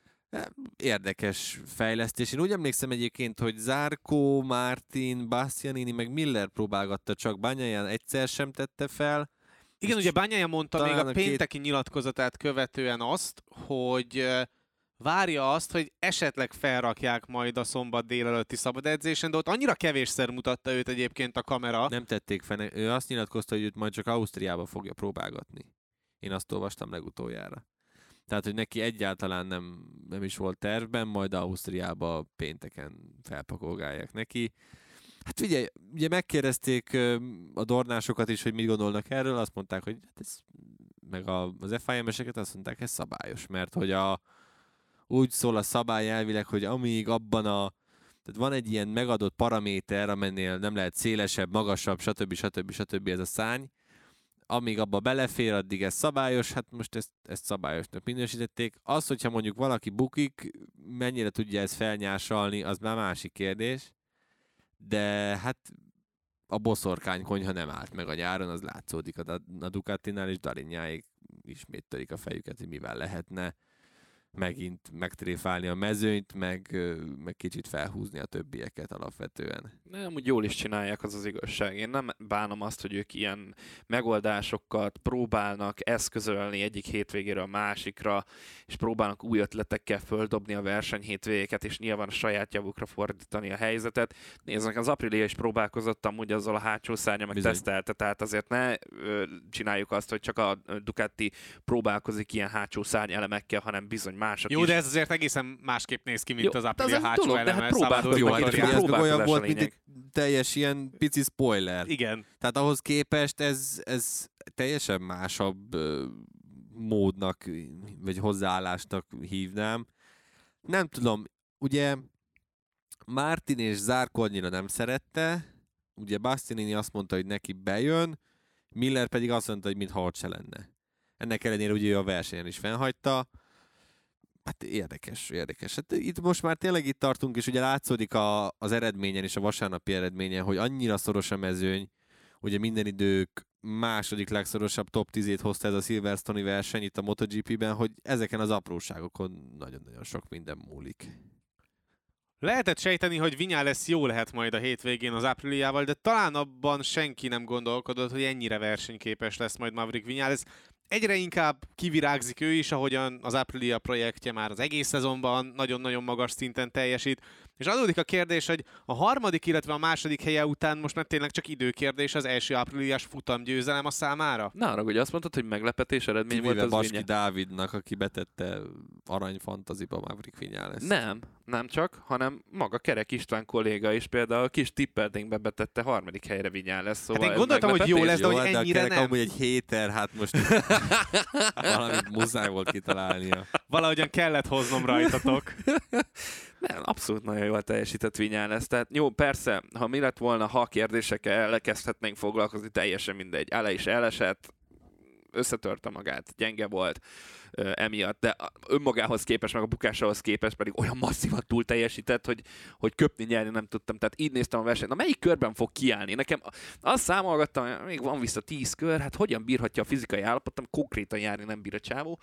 Érdekes fejlesztés. Én úgy emlékszem egyébként, hogy Zarco, Martin, Bastianini, meg Miller próbálgatta, csak Bagnaia egyszer sem tette fel. Igen, ugye Bagnaia mondta még talán a a két- pénteki nyilatkozatát követően azt, hogy eh, várja azt, hogy esetleg felrakják majd a szombat délelőtti szabad edzésen, de ott annyira kevésszer mutatta őt egyébként a kamera. Nem tették fel. Ő azt nyilatkozta, hogy őt majd csak Ausztriába fogja próbálgatni. Én azt olvastam legutoljára. Tehát, hogy neki egyáltalán nem, nem is volt tervben, majd Ausztriába pénteken felpakolgálják neki. Hát ugye, ugye megkérdezték ö, a dornásokat is, hogy mit gondolnak erről, azt mondták, hogy hát ez, meg a, az ef i em-eseket azt mondták, ez szabályos, mert hogy a, úgy szól a szabály elvileg, hogy amíg abban a, tehát van egy ilyen megadott paraméter, amennél nem lehet szélesebb, magasabb, stb. stb. stb. Ez a szárny, amíg abba belefér, addig ez szabályos, hát most ezt, ezt szabályosnak minősítették. Az, hogyha mondjuk valaki bukik, mennyire tudja ezt felnyásalni, az már másik kérdés, de hát a boszorkány konyha nem állt meg a nyáron, az látszódik a, a Ducatinál, és Darinjáék ismét törik a fejüket, hogy mivel lehetne megint megtréfálni a mezőnyt, meg, meg kicsit felhúzni a többieket alapvetően. Nem, úgy jól is csinálják, az az igazság. Én nem bánom azt, hogy ők ilyen megoldásokat próbálnak eszközölni egyik hétvégéről a másikra, és próbálnak új ötletekkel földobni a verseny hétvégéket, és nyilván a saját javukra fordítani a helyzetet. Nézzük, az Aprilia is próbálkozott amúgy azzal a hátsó szárnya, meg Bizony. tesztelte, tehát azért ne ö, csináljuk azt, hogy csak a Ducati próbálkozik ilyen hátsó szárny elemekkel, hanem bizony mások Jó, is. de ez azért egészen másképp néz ki, mint Jó, az de Aprilia az egy hátsó dolog, de hát eleme. próbálkoznak Salvador itt, motorján. figyelj, ez meg olyan próbálkozás volt, a mint egy lényeg. teljes ilyen pici spoiler. Igen. Tehát ahhoz képest ez, ez teljesen másabb ö, módnak, vagy hozzáállásnak hívnám. Nem tudom, ugye Martin és Zarco annyira nem szerette, ugye Bastianini azt mondta, hogy neki bejön, Miller pedig azt mondta, hogy mintha ott se lenne. Ennek ellenére ugye ő a versenyen is fennhagyta. Hát érdekes, érdekes. Hát itt most már tényleg itt tartunk, és ugye látszódik a, az eredményen és a vasárnapi eredményen, hogy annyira szoros a mezőny, ugye minden idők második legszorosabb top tízét hozta ez a Silverstone-i verseny itt a MotoGP-ben, hogy ezeken az apróságokon nagyon-nagyon sok minden múlik. Lehetett sejteni, hogy Viñales jó lehet majd a hétvégén az Apriliával, de talán abban senki nem gondolkodott, hogy ennyire versenyképes lesz majd Maverick Viñales. Egyre inkább kivirágzik ő is, ahogyan az Aprilia projektje már az egész szezonban nagyon-nagyon magas szinten teljesít. És adódik a kérdés, hogy a harmadik, illetve a második helye után most már tényleg csak időkérdés az első ápriliás futamgyőzelem a számára? Na, arra, hogy azt mondtad, hogy meglepetés eredmény volt Kivéve az Baski Viñales. Dávidnak, aki betette arany fantaziba Maverick Viñales. Nem, nem csak, hanem maga Kerek István kolléga is például kis tipperdingbe betette harmadik helyre Viñales, szóval Hát én ez gondoltam, hogy jó meglepetés. lesz, de Jó, hogy de a ennyire Kerek nem. amúgy egy héter, hát most valamit muszáj volt kitalálnia. Valahogyan kellett hoznom rajtatok. Nem, abszolút nagyon jól teljesített Vinyales. Tehát jó, persze, ha mi lett volna, ha kérdésekkel elkezdhetnénk foglalkozni, teljesen mindegy. Ele is elesett, összetörte magát, gyenge volt ö, emiatt, de önmagához képest, meg a bukásához képest pedig olyan masszívan túl teljesített, hogy, hogy köpni, nyerni nem tudtam. Tehát így néztem a versenyt. Na melyik körben fog kiállni? Nekem azt számolgattam, még van vissza tíz kör, hát hogyan bírhatja a fizikai állapotom, konkrétan járni nem bír a csávó.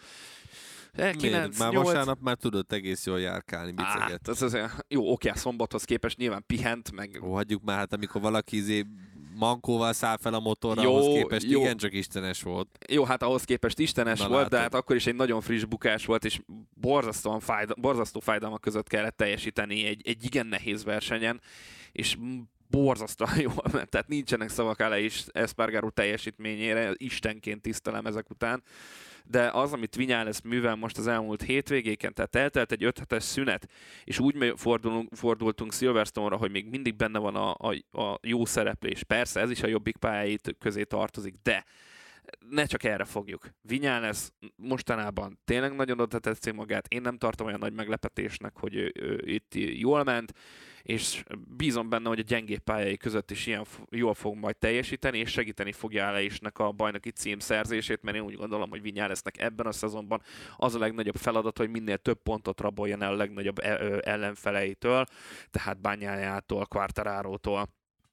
kilenc, már nyolc... vasárnap már tudott egész jól járkálni, biceget. Hát, az az, jó, oké, a szombathoz képest nyilván pihent, meg... Ó, hagyjuk már, hát amikor valaki izé mankóval száll fel a motorra, jó, ahhoz képest jó. igencsak istenes volt. Jó, hát ahhoz képest istenes Na, volt, látod. De hát akkor is egy nagyon friss bukás volt, és borzasztóan fájda, borzasztó fájdalmak között kellett teljesíteni egy, egy igen nehéz versenyen, és borzasztóan jól ment, tehát nincsenek szavak Ale is Espargaró teljesítményére, istenként tisztelem ezek után. De az, amit Vinyales művel most az elmúlt hétvégéken, tehát eltelt egy öt hetes szünet, és úgy fordulunk, fordultunk Silverstone-ra, hogy még mindig benne van a, a, a jó szereplés. Persze, ez is a jobbik pályáit közé tartozik, de ne csak erre fogjuk. Vinyales mostanában tényleg nagyon oda teszi magát, én nem tartom olyan nagy meglepetésnek, hogy ő, ő itt jól ment, és bízom benne, hogy a gyengébb pályái között is ilyen jól fog majd teljesíteni, és segíteni fogja Aleixnek a bajnoki cím szerzését, mert én úgy gondolom, hogy Vinyalesnek ebben a szezonban az a legnagyobb feladat, hogy minél több pontot raboljon el a legnagyobb ellenfeleitől, tehát Bagnaia-tól, Quartararótól,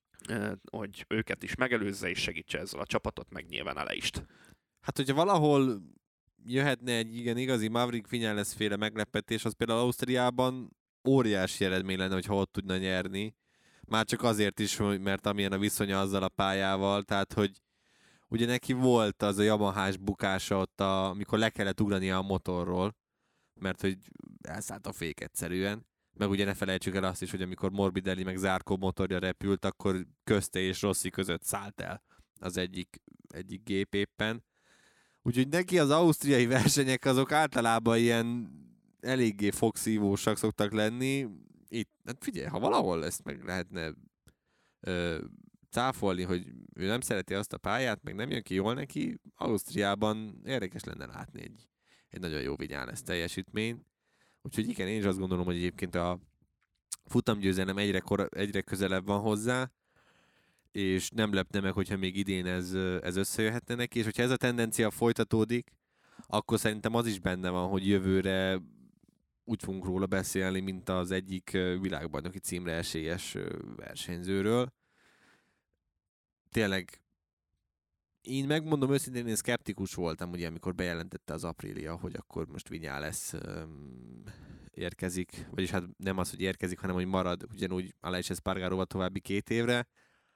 hogy őket is megelőzze és segítse ezzel a csapatot, meg nyilván Aleixt. Hát, hogyha valahol jöhetne egy igen igazi Maverick Vinyales féle meglepetés, az például Ausztriában óriási eredmény lenne, hogyha ott tudna nyerni. Már csak azért is, mert amilyen a viszonya azzal a pályával, tehát, hogy ugye neki volt az a Yamahás bukása ott, a, amikor le kellett ugrania a motorról, mert hogy elszállt a fék egyszerűen. Meg ugye ne felejtsük el azt is, hogy amikor Morbidelli meg Zarco motorja repült, akkor közte és Rossi között szállt el az egyik, egyik gép éppen. Úgyhogy neki az ausztriai versenyek azok általában ilyen eléggé fogszívósak szoktak lenni. Itt, hát figyelj, ha valahol ezt meg lehetne ö, cáfolni, hogy ő nem szereti azt a pályát, meg nem jön ki jól neki, Ausztriában érdekes lenne látni egy, egy nagyon jó Vinyales teljesítményt. Úgyhogy igen, én is azt gondolom, hogy egyébként a futamgyőzelem egyre, kor- egyre közelebb van hozzá, és nem lepne meg, hogyha még idén ez, ez összejöhetne neki, és hogyha ez a tendencia folytatódik, akkor szerintem az is benne van, hogy jövőre úgy fogunk róla beszélni, mint az egyik világbajnoki címre esélyes versenyzőről. Tényleg, én megmondom őszintén, én szkeptikus voltam, ugye, amikor bejelentette az Aprilia, hogy akkor most Vinyales um, érkezik, vagyis hát nem az, hogy érkezik, hanem hogy marad ugyanúgy Aleix Espargaróval további két évre.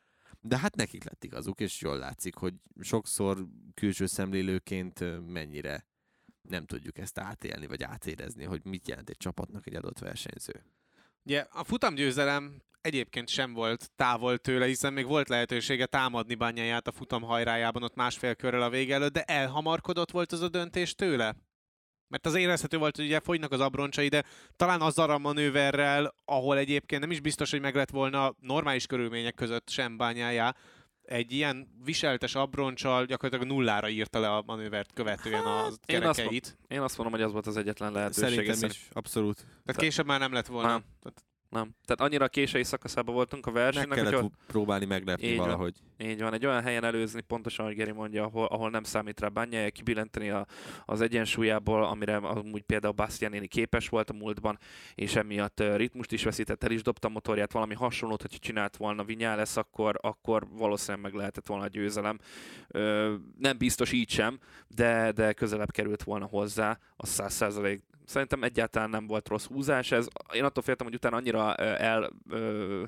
De hát nekik lett igazuk, és jól látszik, hogy sokszor külső szemlélőként mennyire nem tudjuk ezt átélni, vagy átérezni, hogy mit jelent egy csapatnak egy adott versenyző. Ugye a futamgyőzelem egyébként sem volt távol tőle, hiszen még volt lehetősége támadni Bagnaia-t a futam hajrájában ott másfél körrel a vége előtt, de elhamarkodott volt az a döntés tőle? Mert az érezhető volt, hogy ugye fogynak az abroncsai, de talán azzal a manőverrel, ahol egyébként nem is biztos, hogy meg lett volna normális körülmények között sem Bagnaia, egy ilyen viseltes abroncsal gyakorlatilag nullára írta le a manővert követően a kerekeit. Én azt, én azt mondom, hogy az volt az egyetlen lehetőség. Szerintem is, abszolút. Tehát később már nem lett volna. Nem. Nem. Tehát annyira késői szakaszában voltunk a versenynek, meg kellett hogy próbálni meglepni így valahogy. Van. Így van, egy olyan helyen előzni, pontosan, ahogy Geri mondja, ahol, ahol nem számít rá Bagnaia, kibillenteni a, az egyensúlyából, amire amúgy például Bastianini képes volt a múltban, és emiatt uh, ritmust is veszített, el is dobta a motorját, valami hasonlót, hogyha csinált volna Vinyales, akkor, akkor valószínűleg meg lehetett volna a győzelem. Uh, nem biztos így sem, de, de közelebb került volna hozzá, a száz százalék. Szerintem egyáltalán nem volt rossz húzás ez. Én attól féltem, hogy utána annyira el ö,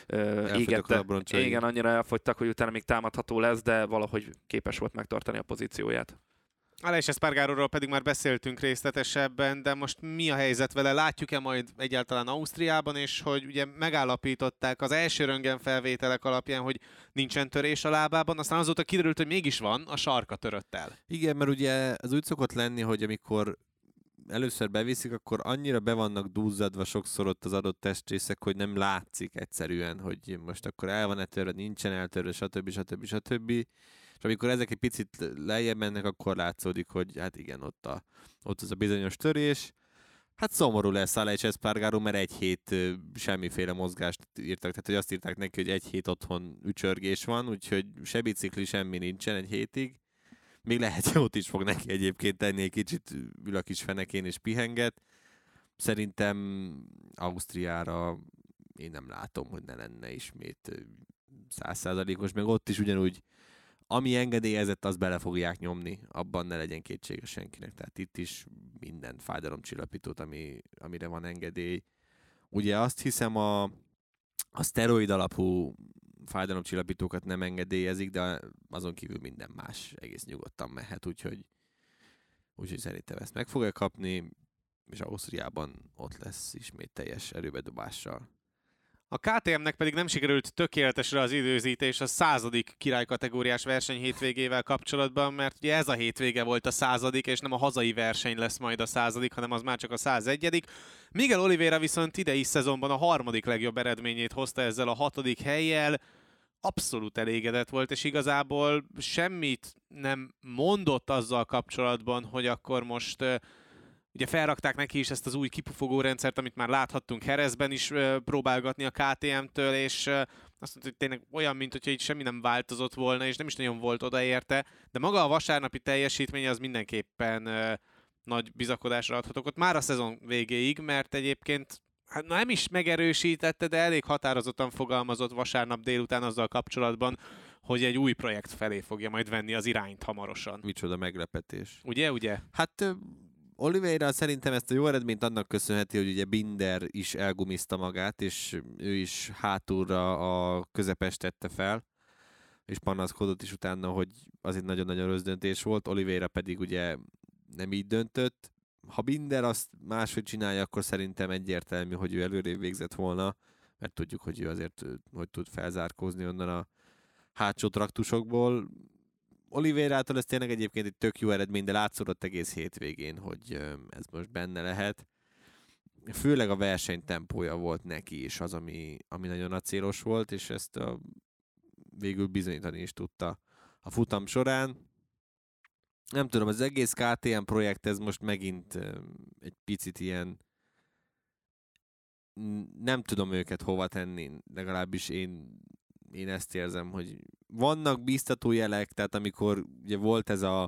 ö, égette, igen, annyira elfogytak, hogy utána még támadható lesz, de valahogy képes volt megtartani a pozícióját. Aleix Espargaróról pedig már beszéltünk részletesebben, de most mi a helyzet vele? Látjuk-e majd egyáltalán Ausztriában, és hogy ugye megállapították az első röntgen felvételek alapján, hogy nincsen törés a lábában, aztán azóta kiderült, hogy mégis van, a sarka törött el. Igen, mert ugye az úgy szokott lenni, hogy amikor először beviszik, akkor annyira be vannak duzzadva sokszor ott az adott testrészek, hogy nem látszik egyszerűen, hogy most akkor el van-e törve, nincsen eltörve, stb. stb. stb. És amikor ezek egy picit lejjebb mennek, akkor látszódik, hogy hát igen, ott, a, ott az a bizonyos törés. Hát szomorú lesz Alex Espargaró, mert egy hét ö, semmiféle mozgást írtak, tehát hogy azt írták neki, hogy egy hét otthon ücsörgés van, úgyhogy se bicikli, semmi nincsen egy hétig. Még lehet jót is fog neki egyébként tenni, egy kicsit ül a kis fenekén és pihenget. Szerintem Ausztriára én nem látom, hogy ne lenne ismét száz százalékos, meg ott is ugyanúgy, ami engedélyezett, azt bele fogják nyomni, abban ne legyen kétsége senkinek. Tehát itt is minden fájdalomcsillapítót, ami, amire van engedély. Ugye azt hiszem a, a szteroid alapú fájdalomcsillapítókat nem engedélyezik, de azon kívül minden más egész nyugodtan mehet, úgyhogy, úgyhogy szerintem ezt meg fogja kapni, és Ausztriában ott lesz ismét teljes erőbedobással. A ká té emnek pedig nem sikerült tökéletesre az időzítés a századik királykategóriás verseny hétvégével kapcsolatban, mert ugye ez a hétvége volt a századik, és nem a hazai verseny lesz majd a századik, hanem az már csak a százegyedik. Miguel Oliveira viszont idei szezonban a harmadik legjobb eredményét hozta ezzel a hatodik hellyel. Abszolút elégedett volt, és igazából semmit nem mondott azzal kapcsolatban, hogy akkor most ugye felrakták neki is ezt az új kipufogó rendszert, amit már láthattunk Jerezben is próbálgatni a ká té emtől, és azt mondta, hogy tényleg olyan, mint hogyha itt semmi nem változott volna, és nem is nagyon volt odaérte, de maga a vasárnapi teljesítménye az mindenképpen nagy bizakodásra adhatok ott már a szezon végéig, mert egyébként hát nem is megerősítette, de elég határozottan fogalmazott vasárnap délután azzal kapcsolatban, hogy egy új projekt felé fogja majd venni az irányt hamarosan. Micsoda meglepetés. Ugye, ugye? Hát Oliveira szerintem ezt a jó eredményt annak köszönheti, hogy ugye Binder is elgumizta magát, és ő is hátulra a közepes tette fel, és panaszkodott is utána, hogy az egy nagyon-nagyon rossz döntés volt, Oliveira pedig ugye nem így döntött. Ha Binder azt máshogy csinálja, akkor szerintem egyértelmű, hogy ő előrébb végzett volna, mert tudjuk, hogy ő azért hogy tud felzárkózni onnan a hátsó traktusokból. Oliveirától ez tényleg egyébként egy tök jó eredmény, de látszódott egész hétvégén, hogy ez most benne lehet. Főleg a verseny tempója volt neki is az, ami, ami nagyon acélos volt, és ezt a, végül bizonyítani is tudta a futam során. Nem tudom, az egész ká té em projekt ez most megint egy picit ilyen, nem tudom őket hova tenni, legalábbis én, én ezt érzem, hogy vannak bíztató jelek, tehát amikor ugye volt ez a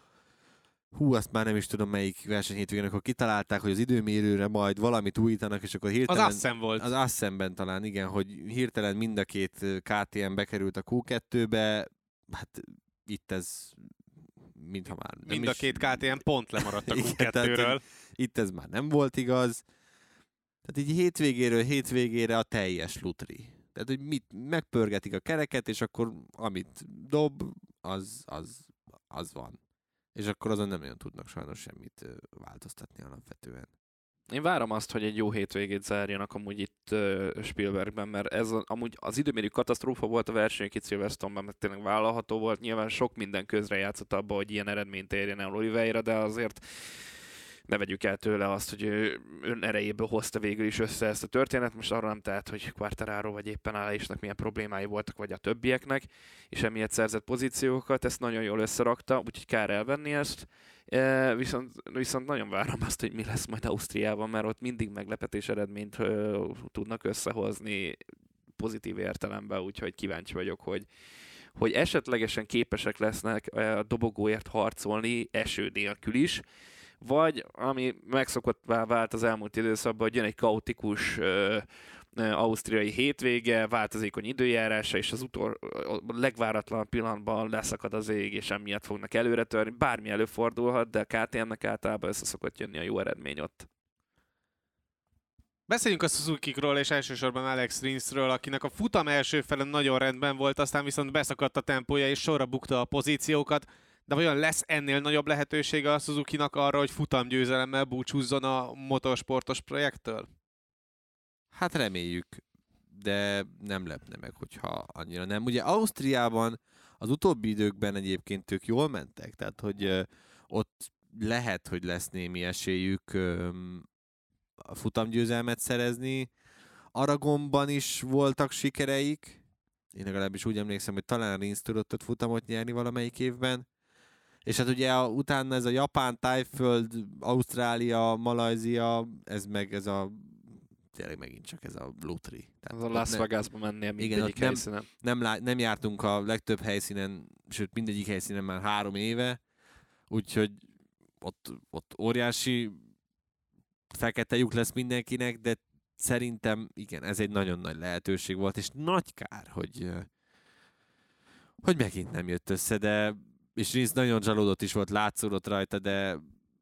hú, azt már nem is tudom melyik versenyhétvégén, akkor kitalálták, hogy az időmérőre majd valamit újítanak, és akkor hirtelen... Az Assen volt. Az Assenben talán, igen, hogy hirtelen mind a két ká té em bekerült a kú kettőbe, hát itt ez mintha már nem Mind is... a két ká té em pont lemaradt a kú kettőről. Tehát, itt ez már nem volt igaz. Tehát így hétvégéről hétvégére a teljes lutri. Tehát, hogy mit, megpörgetik a kereket, és akkor amit dob, az, az, az van. És akkor azon nem nagyon tudnak sajnos semmit változtatni alapvetően. Én várom azt, hogy egy jó hétvégét zárjanak amúgy itt uh, Spielbergben, mert ez a, amúgy az időmérő katasztrófa volt a verseny itt Silverstone-ban, mert tényleg vállalható volt. Nyilván sok minden közrejátszott abba, hogy ilyen eredményt érjen el Oliveira, de azért ne vegyük el tőle azt, hogy ő ön erejéből hozta végül is össze ezt a történet. Most arra nem tehet, hogy Quartararo vagy éppen Aleixnak milyen problémái voltak, vagy a többieknek, és emiatt szerzett pozíciókat, ezt nagyon jól összerakta, úgyhogy kár elvenni ezt. E, viszont, viszont nagyon várom azt, hogy mi lesz majd Ausztriában, mert ott mindig meglepetés eredményt ö, tudnak összehozni pozitív értelemben, úgyhogy kíváncsi vagyok, hogy hogy esetlegesen képesek lesznek a dobogóért harcolni eső nélkül is, vagy ami megszokottá vált az elmúlt időszakban, hogy jön egy kaotikus ö, ö, ausztriai hétvége, változékony időjárása, és az utol, a legváratlanabb pillanatban leszakad az ég, és emiatt fognak előre törni. Bármi előfordulhat, de a ká té emnek általában össze szokott jönni a jó eredmény ott. Beszéljünk a Suzuki-król és elsősorban Alex Rinsről, akinek a futam első fele nagyon rendben volt, aztán viszont beszakadt a tempója és sorra bukta a pozíciókat. De vajon lesz ennél nagyobb lehetősége a Suzuki-nak arra, hogy futamgyőzelemmel búcsúzzon a motorsportos projekttől? Hát reméljük, de nem lepne meg, hogyha annyira nem. Ugye Ausztriában az utóbbi időkben egyébként ők jól mentek, tehát hogy ö, ott lehet, hogy lesz némi esélyük ö, a futamgyőzelmet szerezni. Aragonban is voltak sikereik, én legalábbis úgy emlékszem, hogy talán Rins tudott ott futamot nyerni valamelyik évben. És hát ugye a, utána ez a Japán, Tájföld, Ausztrália, Malajzia, ez meg ez a tényleg megint csak ez a lutri. Tehát az a Las Vegasba mennél mindegyik nem, helyszínen. Nem, nem, nem jártunk a legtöbb helyszínen, sőt mindegyik helyszínen már három éve, úgyhogy ott, ott óriási fekete lyuk lesz mindenkinek, de szerintem igen, ez egy nagyon nagy lehetőség volt, és nagy kár, hogy, hogy megint nem jött össze, de és Rins nagyon csalódott is volt, látszódott rajta, de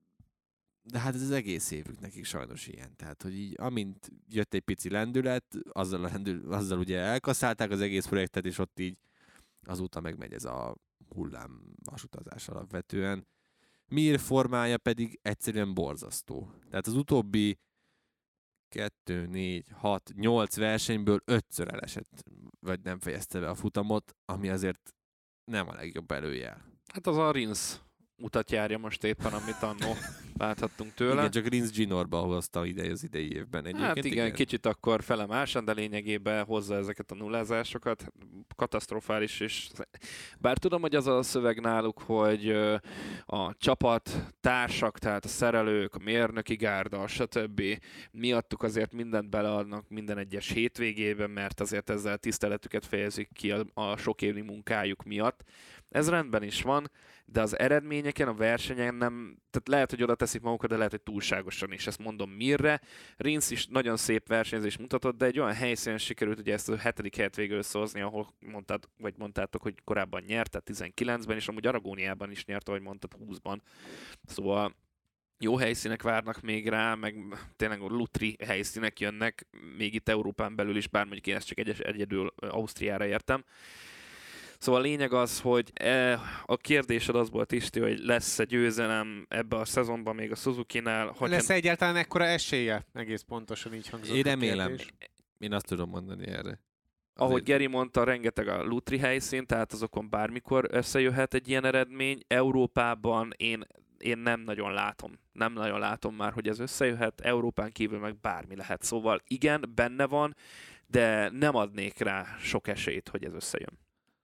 de hát ez az egész évük nekik sajnos ilyen. Tehát, hogy így amint jött egy pici lendület, azzal, a lendül, azzal ugye elkaszálták az egész projektet, és ott így azóta megmegy ez a hullám vasutazás alapvetően. Mir formája pedig egyszerűen borzasztó. Tehát az utóbbi kettő, négy, hat, nyolc versenyből ötször elesett, vagy nem fejezte be a futamot, ami azért nem a legjobb előjel. Hát az a Rins utat járja most éppen, amit annó láthattunk tőle. Igen, csak Rins Juniorba hozta ide az idei évben egyébként. Hát igen, igen, kicsit akkor felemásan, de lényegében hozza ezeket a nullázásokat. Katasztrofális is. Bár tudom, hogy az a szöveg náluk, hogy a csapat, társak, tehát a szerelők, a mérnöki gárda, stb. Miattuk azért mindent beleadnak minden egyes hétvégében, mert azért ezzel tiszteletüket fejezik ki a, a sok évi munkájuk miatt. Ez rendben is van, de az eredményeken, a versenyen nem, tehát lehet, hogy oda teszik magukat, de lehet, hogy túlságosan is. Ezt mondom Mirre. Rins is nagyon szép versenyzést mutatott, de egy olyan helyszínen sikerült ugye ezt a hetedik helyet végül összehozni, ahol mondtad, vagy mondtátok, hogy korábban nyert, tehát tizenkilencben, és amúgy Aragóniában is nyert, ahogy mondtad, húszban. Szóval jó helyszínek várnak még rá, meg tényleg lutri helyszínek jönnek, még itt Európán belül is, bár mondjuk én ezt csak egyes, egyedül Ausztriára értem. Szóval a lényeg az, hogy e, a kérdésed az volt, Isti, hogy lesz-e győzelem ebbe a szezonban még a Suzuki-nál. Hogy lesz nem... egyáltalán ekkora esélye? Egész pontosan így hangzott. Én remélem. Én azt tudom mondani erre. Ahogy Azért... Geri mondta, rengeteg a lutri helyszín, tehát azokon bármikor összejöhet egy ilyen eredmény. Európában én, én nem nagyon látom. Nem nagyon látom már, hogy ez összejöhet. Európán kívül meg bármi lehet. Szóval igen, benne van, de nem adnék rá sok esélyt, hogy ez összejön.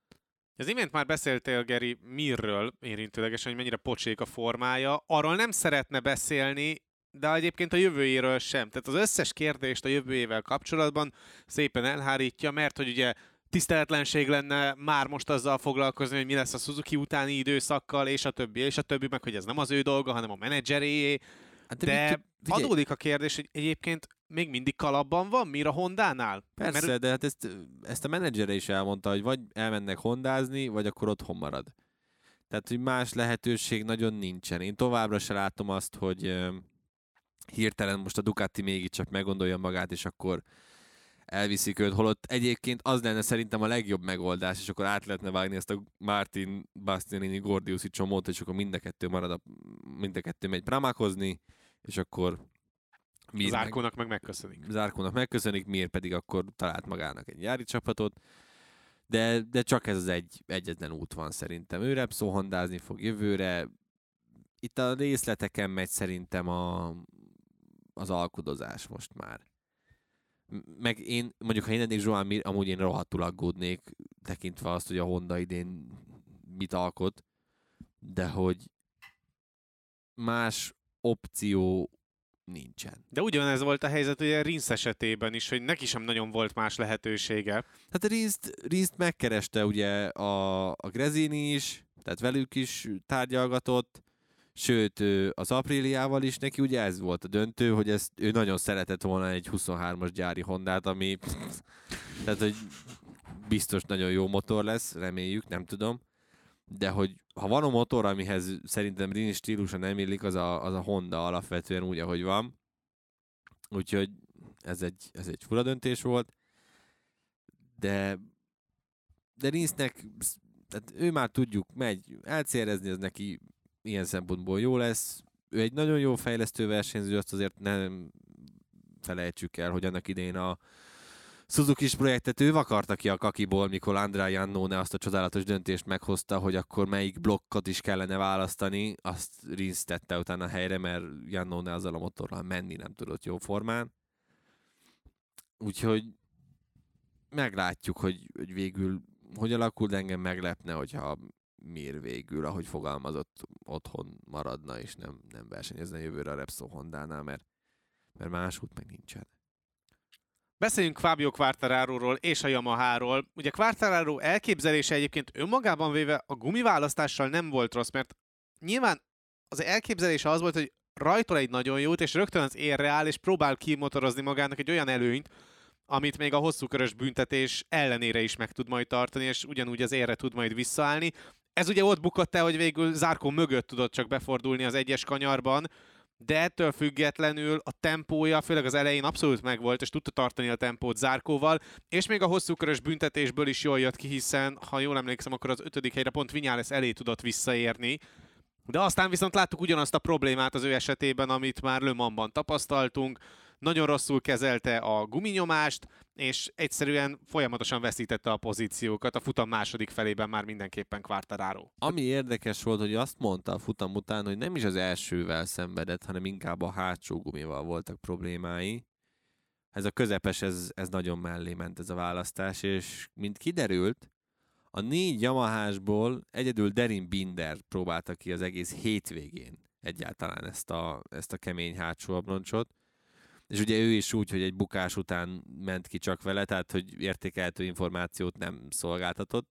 Az imént már beszéltél, Geri, Mirről érintőlegesen, hogy mennyire pocsék a formája. Arról nem szeretne beszélni, de egyébként a jövőjéről sem. Tehát az összes kérdést a jövőjével kapcsolatban szépen elhárítja, mert hogy ugye tiszteletlenség lenne már most azzal foglalkozni, hogy mi lesz a Suzuki utáni időszakkal, és a többi, és a többi, meg hogy ez nem az ő dolga, hanem a menedzseréjé. Hát de de mit, adódik a kérdés, hogy egyébként még mindig kalapban van Mir a Hondánál? Persze, mert... de hát ezt, ezt a menedzsere is elmondta, hogy vagy elmennek hondázni, vagy akkor otthon marad. Tehát, hogy más lehetőség nagyon nincsen. Én továbbra se látom azt, hogy uh, hirtelen most a Ducati mégiscsak meggondolja magát, és akkor elviszik őt, holott egyébként az lenne szerintem a legjobb megoldás, és akkor át lehetne vágni ezt a Martin Bastianini Gordiusi csomót, és akkor mind a kettő marad, a, mind a kettő megy Pramakozni, és akkor Zárkónak meg megköszönik. Zárkónak megköszönik, Mir pedig akkor talált magának egy gyári csapatot, de, de csak ez az egy, egyetlen út van szerintem. Ő Repsol hondázni fog jövőre. Itt a részleteken megy szerintem a, az alkudozás most már. Meg én, mondjuk ha én lennék Joan Mir, amúgy én rohadtul aggódnék, tekintve azt, hogy a Honda idén mit alkot, de hogy más opció nincsen. De ugyanez volt a helyzet ugye Rins esetében is, hogy neki sem nagyon volt más lehetősége. Hát a Rinst, Rinst megkereste ugye a, a Gresini is, tehát velük is tárgyalgatott, sőt az Apriliával is, neki ugye ez volt a döntő, hogy ezt, ő nagyon szeretett volna egy huszonhármas gyári Hondát, ami tehát, hogy biztos nagyon jó motor lesz, reméljük, nem tudom. De hogy ha van a motor, amihez szerintem Rini stílusa nem illik, az a, az a Honda alapvetően úgy, ahogy van. Úgyhogy ez egy, ez egy fura döntés volt. De, de Rinsnek, tehát ő már tudjuk, megy elcérezni, az neki ilyen szempontból jó lesz. Ő egy nagyon jó fejlesztő versenyző, azt azért nem felejtsük el, hogy annak idején a Suzuki-s projektet ő vakarta ki a kakiból, mikor Andrea Iannone azt a csodálatos döntést meghozta, hogy akkor melyik blokkot is kellene választani, azt Rins tette utána helyre, mert Iannone azzal a motorral menni nem tudott jó formán. Úgyhogy meglátjuk, hogy, hogy végül hogy alakul, de engem meglepne, hogyha Mir végül, ahogy fogalmazott, otthon maradna, és nem, nem versenyezne jövőre a Repsol Hondánál, mert, mert más út meg nincsen. Beszéljünk Fabio Quartararoról és a Yamaháról. Ugye Quartararo elképzelése egyébként önmagában véve a gumiválasztással nem volt rossz, mert nyilván az elképzelése az volt, hogy rajtol egy nagyon jót, és rögtön az érre áll, és próbál kimotorozni magának egy olyan előnyt, amit még a hosszúkörös büntetés ellenére is meg tud majd tartani, és ugyanúgy az érre tud majd visszaállni. Ez ugye ott bukott el, hogy végül Zarco mögött tudott csak befordulni az egyes kanyarban, de ettől függetlenül a tempója, főleg az elején abszolút megvolt, és tudta tartani a tempót Zarcóval, és még a hosszúkörös büntetésből is jól jött ki, hiszen, ha jól emlékszem, akkor az ötödik helyre pont Viñales elé tudott visszaérni. De aztán viszont láttuk ugyanazt a problémát az ő esetében, amit már Le Mansban tapasztaltunk. Nagyon rosszul kezelte a guminyomást, és egyszerűen folyamatosan veszítette a pozíciókat. A futam második felében már mindenképpen Quartararo. Ami érdekes volt, hogy azt mondta a futam után, hogy nem is az elsővel szenvedett, hanem inkább a hátsó gumival voltak problémái. Ez a közepes, ez, ez nagyon mellé ment ez a választás, és mint kiderült, a négy Yamahásból egyedül Derin Binder próbálta ki az egész hétvégén egyáltalán ezt a, ezt a kemény hátsó abroncsot. És ugye ő is úgy, hogy egy bukás után ment ki csak vele, tehát hogy értékelhető információt nem szolgáltatott.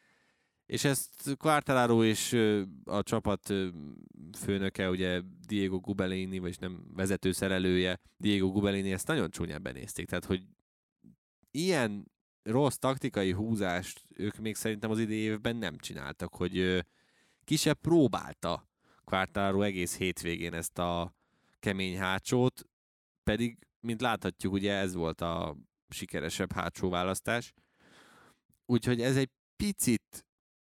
És ezt Quartararo és a csapat főnöke, ugye Diego Gubelini, vagyis nem vezetőszerelője, Diego Gubelini ezt nagyon csúnyán benézték. Tehát, hogy ilyen rossz taktikai húzást ők még szerintem az idei évben nem csináltak, hogy ki se próbálta Quartararo egész hétvégén ezt a kemény hátsót, pedig, mint láthatjuk, ugye ez volt a sikeresebb hátsó választás. Úgyhogy ez egy picit,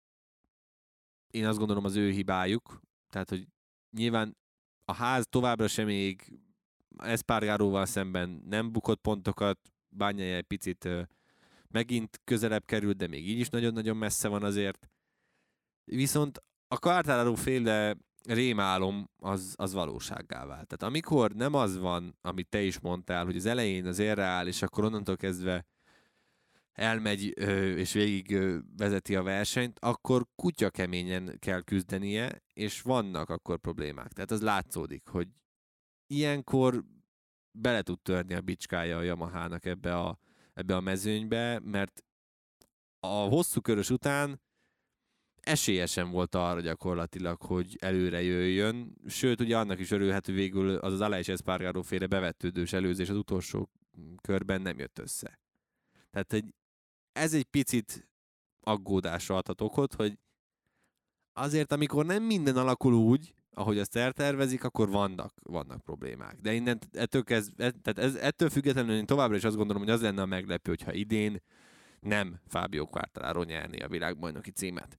én azt gondolom, az ő hibájuk. Tehát, hogy nyilván a ház továbbra sem még Espargaróval szemben nem bukott pontokat, Bagnaia egy picit megint közelebb került, de még így is nagyon-nagyon messze van azért. Viszont a Quartararo féle rémálom az, az valósággá vált. Tehát amikor nem az van, amit te is mondtál, hogy az elején az érre áll, és akkor onnantól kezdve elmegy és végig vezeti a versenyt, akkor kutya keményen kell küzdenie, és vannak akkor problémák. Tehát az látszódik, hogy ilyenkor bele tud törni a bicskája a Yamahának ebbe a, ebbe a mezőnybe, mert a hosszú körös után esélyesen volt arra gyakorlatilag, hogy előre jöjjön, sőt, ugye annak is örülhető, végül az az Aleix Espargaró féle bevetődős előzés az utolsó körben nem jött össze. Tehát egy, ez egy picit aggódásra adhat okot, hogy azért, amikor nem minden alakul úgy, ahogy azt eltervezik, akkor vannak, vannak problémák. De innen ettől, kezd, tehát ez, ettől függetlenül én továbbra is azt gondolom, hogy az lenne a meglepő, hogyha idén nem Fabio Quartararo nyerni a világbajnoki címet.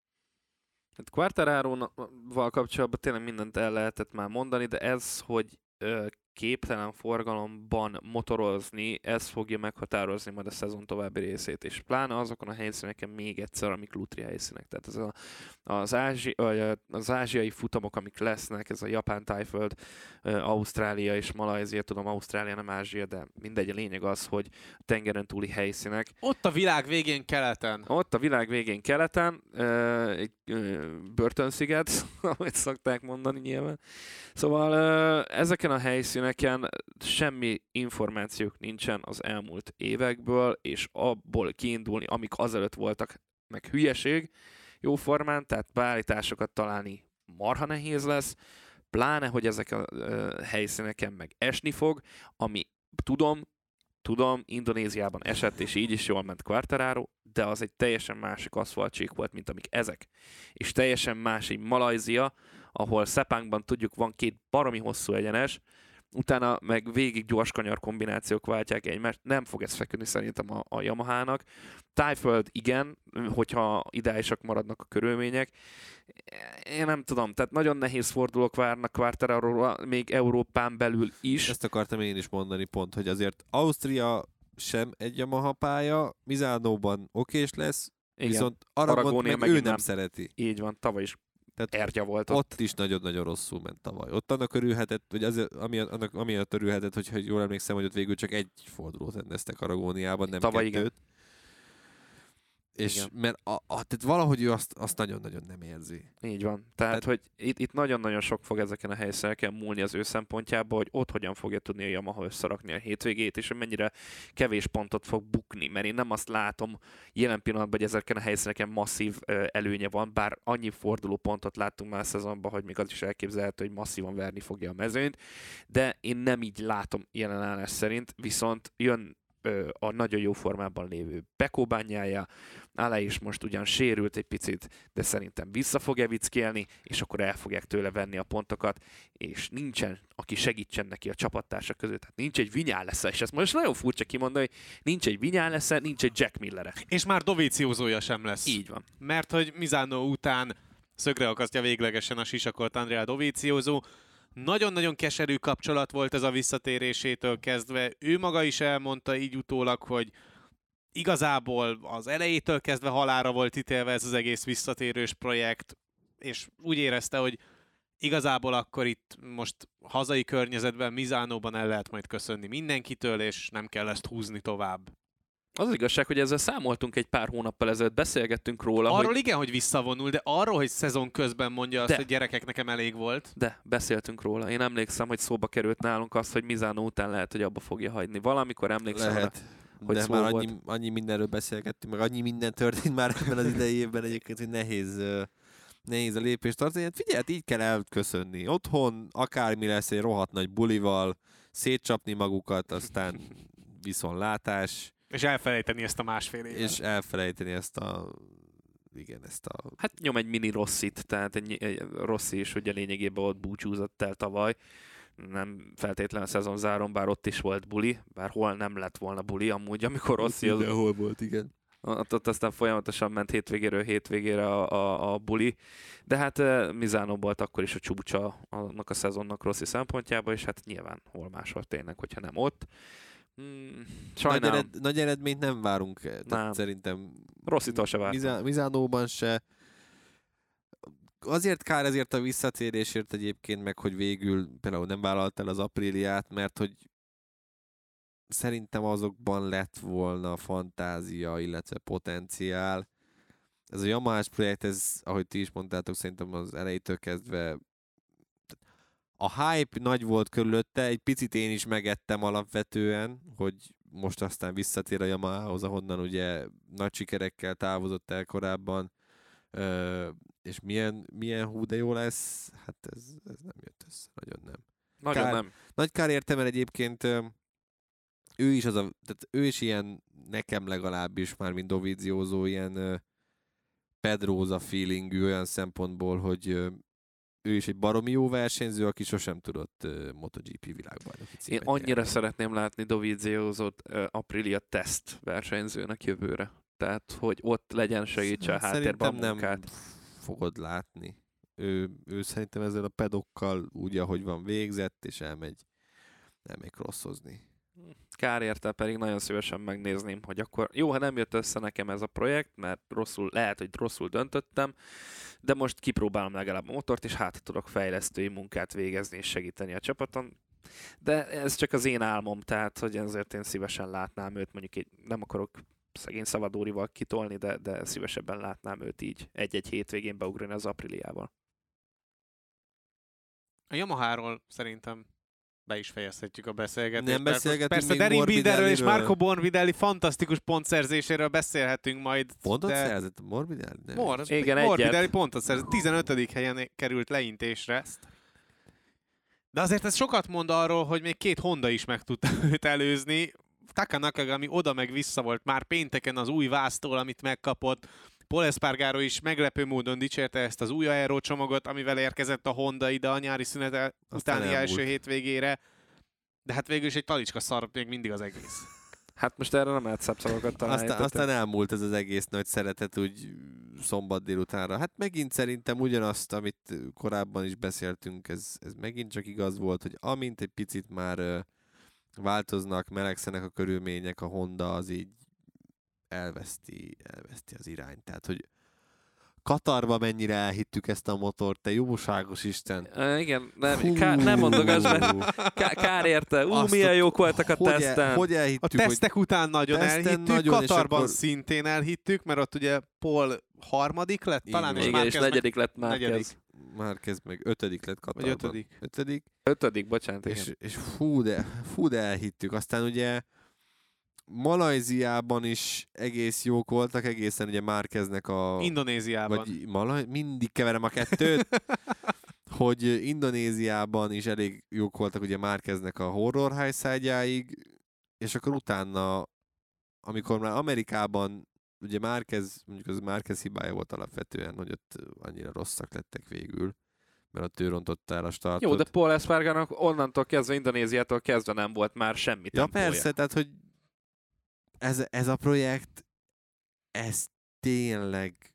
Hát Quartararóval kapcsolatban tényleg mindent el lehetett már mondani, de ez, hogy ö, képtelen forgalomban motorozni, ez fogja meghatározni majd a szezon további részét, és pláne azokon a helyszíneken még egyszer, amik lútri helyszínek. Tehát ez a, az, ázsi, az ázsiai futamok, amik lesznek, ez a Japán, Tájföld, Ausztrália és Malajzia, tudom, Ausztrália nem Ázsia, de mindegy, a lényeg az, hogy tengeren túli helyszínek. Ott a világ végén keleten. Ott a világ végén keleten, egy börtönsziget, amit szokták mondani nyilván. Szóval ezeken a helyszíneken semmi információk nincsen az elmúlt évekből, és abból kiindulni, amik azelőtt voltak, meg hülyeség jóformán, tehát beállításokat találni marha nehéz lesz, pláne, hogy ezek a helyszíneken meg esni fog, ami tudom, tudom, Indonéziában esett, és így is jól ment Quartararo, de az egy teljesen másik aszfaltcsík volt, mint amik ezek. És teljesen más egy Malajzia, ahol Sepangban tudjuk, van két baromi hosszú egyenes, utána meg végig gyors kanyar kombinációk váltják egymást, nem fog ez feküdni szerintem a, a Yamahának. Tájföld igen, hogyha ideálisak maradnak a körülmények. Én nem tudom, tehát nagyon nehéz fordulók várnak Quartararóra, még Európán belül is. Ezt akartam én is mondani pont, hogy azért Ausztria sem egy Yamaha pálya, Misánóban okés lesz, igen. Viszont Aragont meg ő nem, nem szereti. Így van, tavaly is tehát ertya volt ott. Ott is nagyon-nagyon rosszul ment tavaly. Ott annak örülhetett, vagy azért, amiatt, annak, amiatt örülhetett, hogy, hogy jól emlékszem, hogy ott végül csak egy fordulót rendeztek Aragóniában, nem tavaly kettőt. Igen. És Igen. mert a, a, tehát valahogy ő azt, azt nagyon-nagyon nem érzi. Így van. Tehát, Tehát- hogy itt, itt nagyon-nagyon sok fog ezeken a helyszíneken múlni az ő szempontjából, hogy ott hogyan fogja tudni a Yamaha összerakni a hétvégét, és hogy mennyire kevés pontot fog bukni. Mert én nem azt látom jelen pillanatban, hogy ezeken a helyszíneken masszív ö, előnye van, bár annyi forduló pontot láttunk már a szezonban, hogy még az is elképzelhető, hogy masszívan verni fogja a mezőnyt, de én nem így látom jelen állás szerint, viszont jön ö, a nagyon jó formában lévő Pecco Bagnaia, Alá is most ugyan sérült egy picit, de szerintem vissza fog evickélni, és akkor el fogják tőle venni a pontokat, és nincsen, aki segítsen neki a csapattársak között. Tehát nincs egy Viñales, és ezt most nagyon furcsa kimondani, hogy nincs egy Viñales, nincs egy Jack Miller. És már Dovizioso-ja sem lesz. Így van. Mert hogy Misano után szögre akasztja véglegesen a sisakolt Andrea Dovizioso. Nagyon-nagyon keserű kapcsolat volt ez a visszatérésétől kezdve. Ő maga is elmondta így utólag, hogy igazából az elejétől kezdve halálra volt ítélve ez az egész visszatérős projekt, és úgy érezte, hogy igazából akkor itt most hazai környezetben, Misánóban el lehet majd köszönni mindenkitől, és nem kell ezt húzni tovább. Az, az igazság, hogy ezzel számoltunk egy pár hónappal ezelőtt, beszélgettünk róla, Arról hogy... igen, hogy visszavonul, de arról, hogy szezon közben mondja azt, De. hogy gyerekek, nekem elég volt. De, beszéltünk róla. Én emlékszem, hogy szóba került nálunk az, hogy Misano után lehet, hogy abba fogja hagyni. Valamikor emlékszem rá. Lehet. hogy De szó már volt. annyi, annyi mindenről beszélgettünk, meg annyi minden történt már ebben az idei évben egyébként, hogy nehéz, ö, nehéz a lépést tartani. Hát figyelj, hát így kell elköszönni. Otthon akármi lesz, egy rohadt nagy bulival, szétcsapni magukat, aztán viszontlátás, És elfelejteni ezt a másfél évet. és elfelejteni ezt a igen, ezt a... Hát nyom egy mini Rossit, tehát egy, egy Rossi is ugye lényegében ott búcsúzott el tavaly. Nem feltétlenül a szezon záron, bár ott is volt buli, bár hol nem lett volna buli amúgy, amikor Rossi az... hol volt, igen. Ott, ott aztán folyamatosan ment hétvégéről hétvégére a, a, a buli, de hát uh, Misano volt akkor is a csúcsa annak a szezonnak Rossi szempontjából, és hát nyilván hol máshol tényleg, hogyha nem ott. Hmm, Nagy, sajnálom, ered, nagy eredményt nem várunk, Nem. tehát szerintem Rosszitól se vártam. Mizá- Mizánóban se. Azért kár ezért a visszatérésért egyébként, meg hogy végül például nem vállalt el az Apriliát, mert hogy szerintem azokban lett volna fantázia, illetve potenciál. Ez a Yamahás projekt, ez, ahogy ti is mondtátok, szerintem az elejétől kezdve a hype nagy volt körülötte, egy picit én is megettem alapvetően, hogy most aztán visszatér a Yamahához, ahonnan ugye nagy sikerekkel távozott el korábban, Ö, és milyen, milyen hú de jó lesz, hát ez, ez nem jött össze, nagyon nem. Nagyon kár- nem. Nagy kár érte, mert egyébként ö, ő is az a, tehát ő is ilyen, nekem legalábbis már, mint Dovizioso, ilyen ö, Pedrosa feelingű olyan szempontból, hogy ö, ő is egy baromi jó versenyző, aki sosem tudott uh, MotoGP világbajnoki Én címet annyira nyerni. szeretném látni Dovizioso-t uh, Aprilia teszt versenyzőnek jövőre. Tehát, hogy ott legyen, segítse a Hát háttérben a szerintem munkát. nem fogod látni. Ő, ő szerintem ezzel a pedokkal úgy, ahogy van végzett, és elmegy, elmegy crossozni. Kár érte, pedig nagyon szívesen megnézném, hogy akkor jó, ha nem jött össze nekem ez a projekt, mert rosszul, lehet, hogy rosszul döntöttem, de most kipróbálom legalább a motort, és hát tudok fejlesztői munkát végezni és segíteni a csapaton. De ez csak az én álmom, tehát hogy ezért én szívesen látnám őt, mondjuk egy, nem akarok szegény Savadorival kitolni, de, de szívesebben látnám őt így egy-egy hétvégén beugrani az Apriliával. A Yamaháról szerintem be is fejezhetjük a beszélgetést. Nem beszélgetünk Persze még Darin Biderről és Morbidelliről? Marco Morbidelli fantasztikus pontszerzéséről beszélhetünk majd. Pontot de... szerzett Morbidelli? Nem. Mor- Igen, Morbidelli egyet. pontot szerzett. tizenötödik helyen került leintésre. De azért ez sokat mond arról, hogy még két Honda is meg tudta őt előzni. Taka Nakagami oda meg vissza volt már pénteken az új vásztól, amit megkapott. Pol Espargaro is meglepő módon dicsérte ezt az új aero csomagot, amivel érkezett a Honda ide a nyári szünet utáni elmúlt. első hétvégére. De hát végül is egy talicska szar még mindig az egész. Hát most erre nem lehet szebb szavakat találni. Aztán, tehát- aztán elmúlt ez az egész nagy szeretet úgy szombat délutánra. Hát megint szerintem ugyanazt, amit korábban is beszéltünk, ez, ez megint csak igaz volt, hogy amint egy picit már ö, változnak, melegszenek a körülmények, a Honda az így elveszti, elveszti az irányt. Tehát, hogy Katarba mennyire elhittük ezt a motort, te jóságos Isten. Uh, igen, nem, kár, nem mondogass, mert kár, kár érte. Ú, Azt milyen jók voltak a hogy teszten. El, hogy elhittük, a tesztek hogy után nagyon elhittük, nagyon, Katarban akkor... szintén elhittük, mert ott ugye Paul harmadik lett, talán, és igen, és negyedik lett Márquez. Márquez meg ötödik lett Katarban. Vagy ötödik. Ötödik. Ötödik, bocsánat. És, és fú, de, fú, de elhittük. Aztán ugye Malajziában is egész jók voltak, egészen ugye Márqueznek a... Indonéziában. Vagy Malaj... Mindig keverem a kettőt. Hogy Indonéziában is elég jók voltak ugye Márqueznek a Horror High side-jáig, és akkor utána, amikor már Amerikában ugye Márquez, mondjuk az Márquez hibája volt alapvetően, hogy ott annyira rosszak lettek végül, mert ott ő rontotta el a startot. Jó, de Paul Espargarónak onnantól kezdve, Indonéziától kezdve nem volt már semmi Ja tempója. persze, tehát hogy ez, ez a projekt, ez tényleg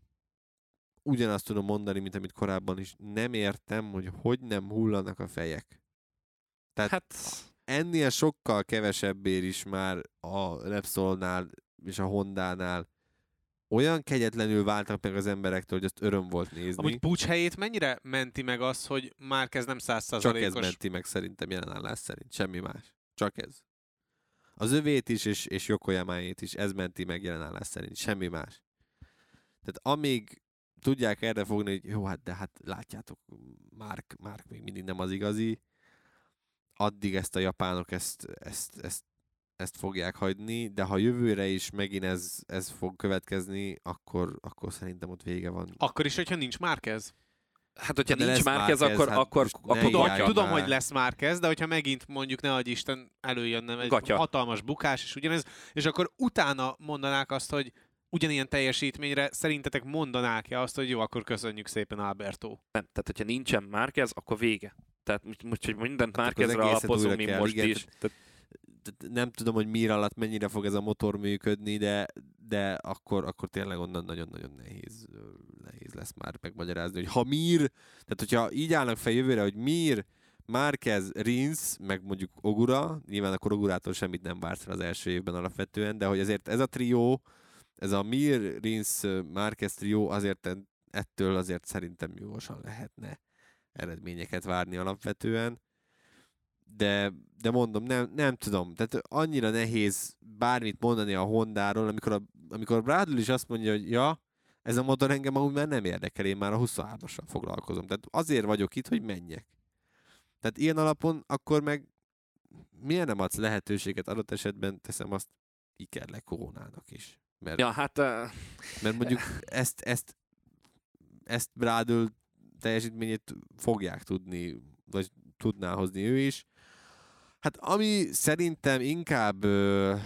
ugyanazt tudom mondani, mint amit korábban is. Nem értem, hogy hogy nem hullanak a fejek. Tehát hát... ennél sokkal kevesebbért is már a Repsolnál és a Hondánál olyan kegyetlenül váltak meg az emberektől, hogy azt öröm volt nézni. Amúgy Pucs helyét mennyire menti meg az, hogy Márquez nem száz százalékos? Csak ez menti meg szerintem jelenállás szerint. Semmi más. Csak ez. Az övét is, és, és Yokoyamáét is, ez menti meg jelenállás szerint. Semmi más. Tehát amíg tudják erre fogni, hogy jó, hát de hát látjátok, Márk, Márk még mindig nem az igazi, addig ezt a japánok ezt, ezt, ezt, ezt fogják hagyni, de ha jövőre is megint ez, ez fog következni, akkor, akkor szerintem ott vége van. Akkor is, hogyha nincs Márquez? Hát, hogyha de nincs Márquez, akkor, hát akkor, akkor tudom, tudom, hogy lesz Márquez, de hogyha megint mondjuk ne adj Isten előjönne egy Gatya. hatalmas bukás, és ugyanez, és akkor utána mondanák azt, hogy ugyanilyen teljesítményre szerintetek mondanák-e azt, hogy jó, akkor köszönjük szépen, Alberto? Nem, tehát hogyha nincsen Márquez, akkor vége. Tehát most, hogy mindent hát Márquezre alapozunk, mint most igen, is. Tehát, nem tudom, hogy Mir alatt mennyire fog ez a motor működni, de, de akkor, akkor tényleg onnan nagyon-nagyon nehéz, nehéz lesz már megmagyarázni, hogy ha Mir, tehát hogyha így állnak fel jövőre, hogy Mir, Márquez, Rins, meg mondjuk Ogura, nyilván akkor Ogurától semmit nem vársz az első évben alapvetően, de hogy azért ez a trió, ez a Mir, Rins, Márquez trió azért ettől azért szerintem jósan lehetne eredményeket várni alapvetően. De, de mondom, nem, nem tudom. Tehát annyira nehéz bármit mondani a Hondáról, amikor, a, amikor Bradley is azt mondja, hogy ja, ez a motor engem amúgy már nem érdekel, én már a huszonhármassal foglalkozom. Tehát azért vagyok itt, hogy menjek. Tehát ilyen alapon akkor meg miért nem adsz lehetőséget, adott esetben teszem azt Iker Lecuonának is. Mert, ja, hát... Uh... mert mondjuk ezt, ezt, ezt Bradley teljesítményét fogják tudni, vagy tudná hozni ő is. Hát ami szerintem inkább ö,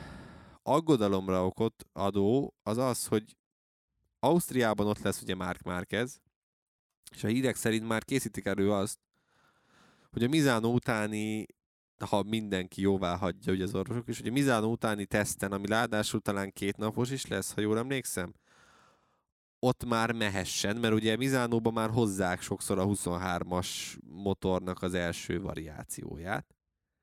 aggodalomra okot adó, az az, hogy Ausztriában ott lesz ugye Marc Márquez, és a hírek szerint már készítik elő azt, hogy a Misano utáni, ha mindenki jóvá hagyja ugye az orvosok is, hogy a Misano utáni teszten, ami ráadásul talán két napos is lesz, ha jól emlékszem, ott már mehessen, mert ugye Misánóban már hozzák sokszor a huszonhármas motornak az első variációját.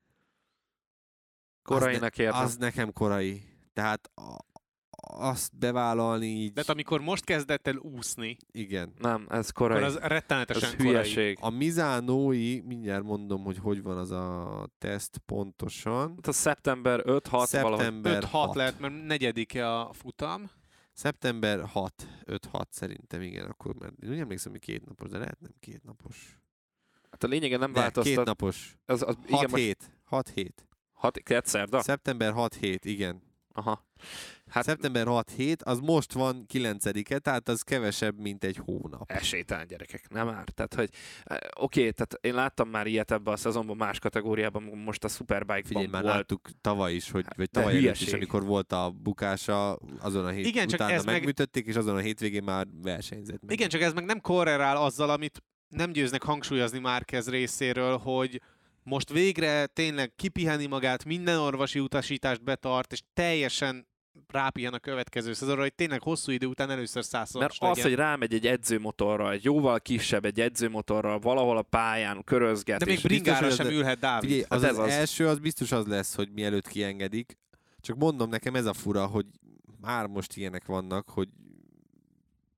Korainak értem. Az nekem korai. Tehát a, azt bevállalni így... De amikor most kezdett el úszni... Igen. Nem, ez korai. Akkor az rettenetesen ez korai. Hülyeség. A Misánói, mindjárt mondom, hogy hogy van az a teszt pontosan. A szeptember öt hat Szeptember öt hat lehet, mert negyedike a futam. Szeptember hat, öt hat szerintem, igen, akkor mert én úgy emlékszem, hogy két napos, de lehet nem két napos. Hát a lényegen nem de, változtat. két napos. Az, az, hat hét. hat hét. hat szerda? Szeptember hat hét, igen. Aha. Hát szeptember hat hét, az most van kilencedike, tehát az kevesebb, mint egy hónap. Esélytelen gyerekek, nem már. Tehát, hogy oké, okay, tehát én láttam már ilyet ebben a szezonban más kategóriában, most a Superbike-ban Figyelj, már volt. láttuk tavaly is, hogy, vagy tavaly előtt is, amikor volt a bukása, azon a hét igen, utána megműtötték, meg... és azon a hétvégén már versenyzett meg. Igen, csak ez meg nem korrelál azzal, amit nem győznek hangsúlyozni Márquez részéről, hogy most végre tényleg kipiheni magát, minden orvosi utasítást betart, és teljesen rápihen a következő szezonra, hogy tényleg hosszú idő után először százszoros Mert az, hogy rámegy egy edzőmotorral, egy jóval kisebb egy edzőmotorral, valahol a pályán körözget. De még bringára sem ülhet Dávid. Figyelj, az, hát az, az első az biztos az lesz, hogy mielőtt kiengedik. Csak mondom, nekem ez a fura, hogy már most ilyenek vannak, hogy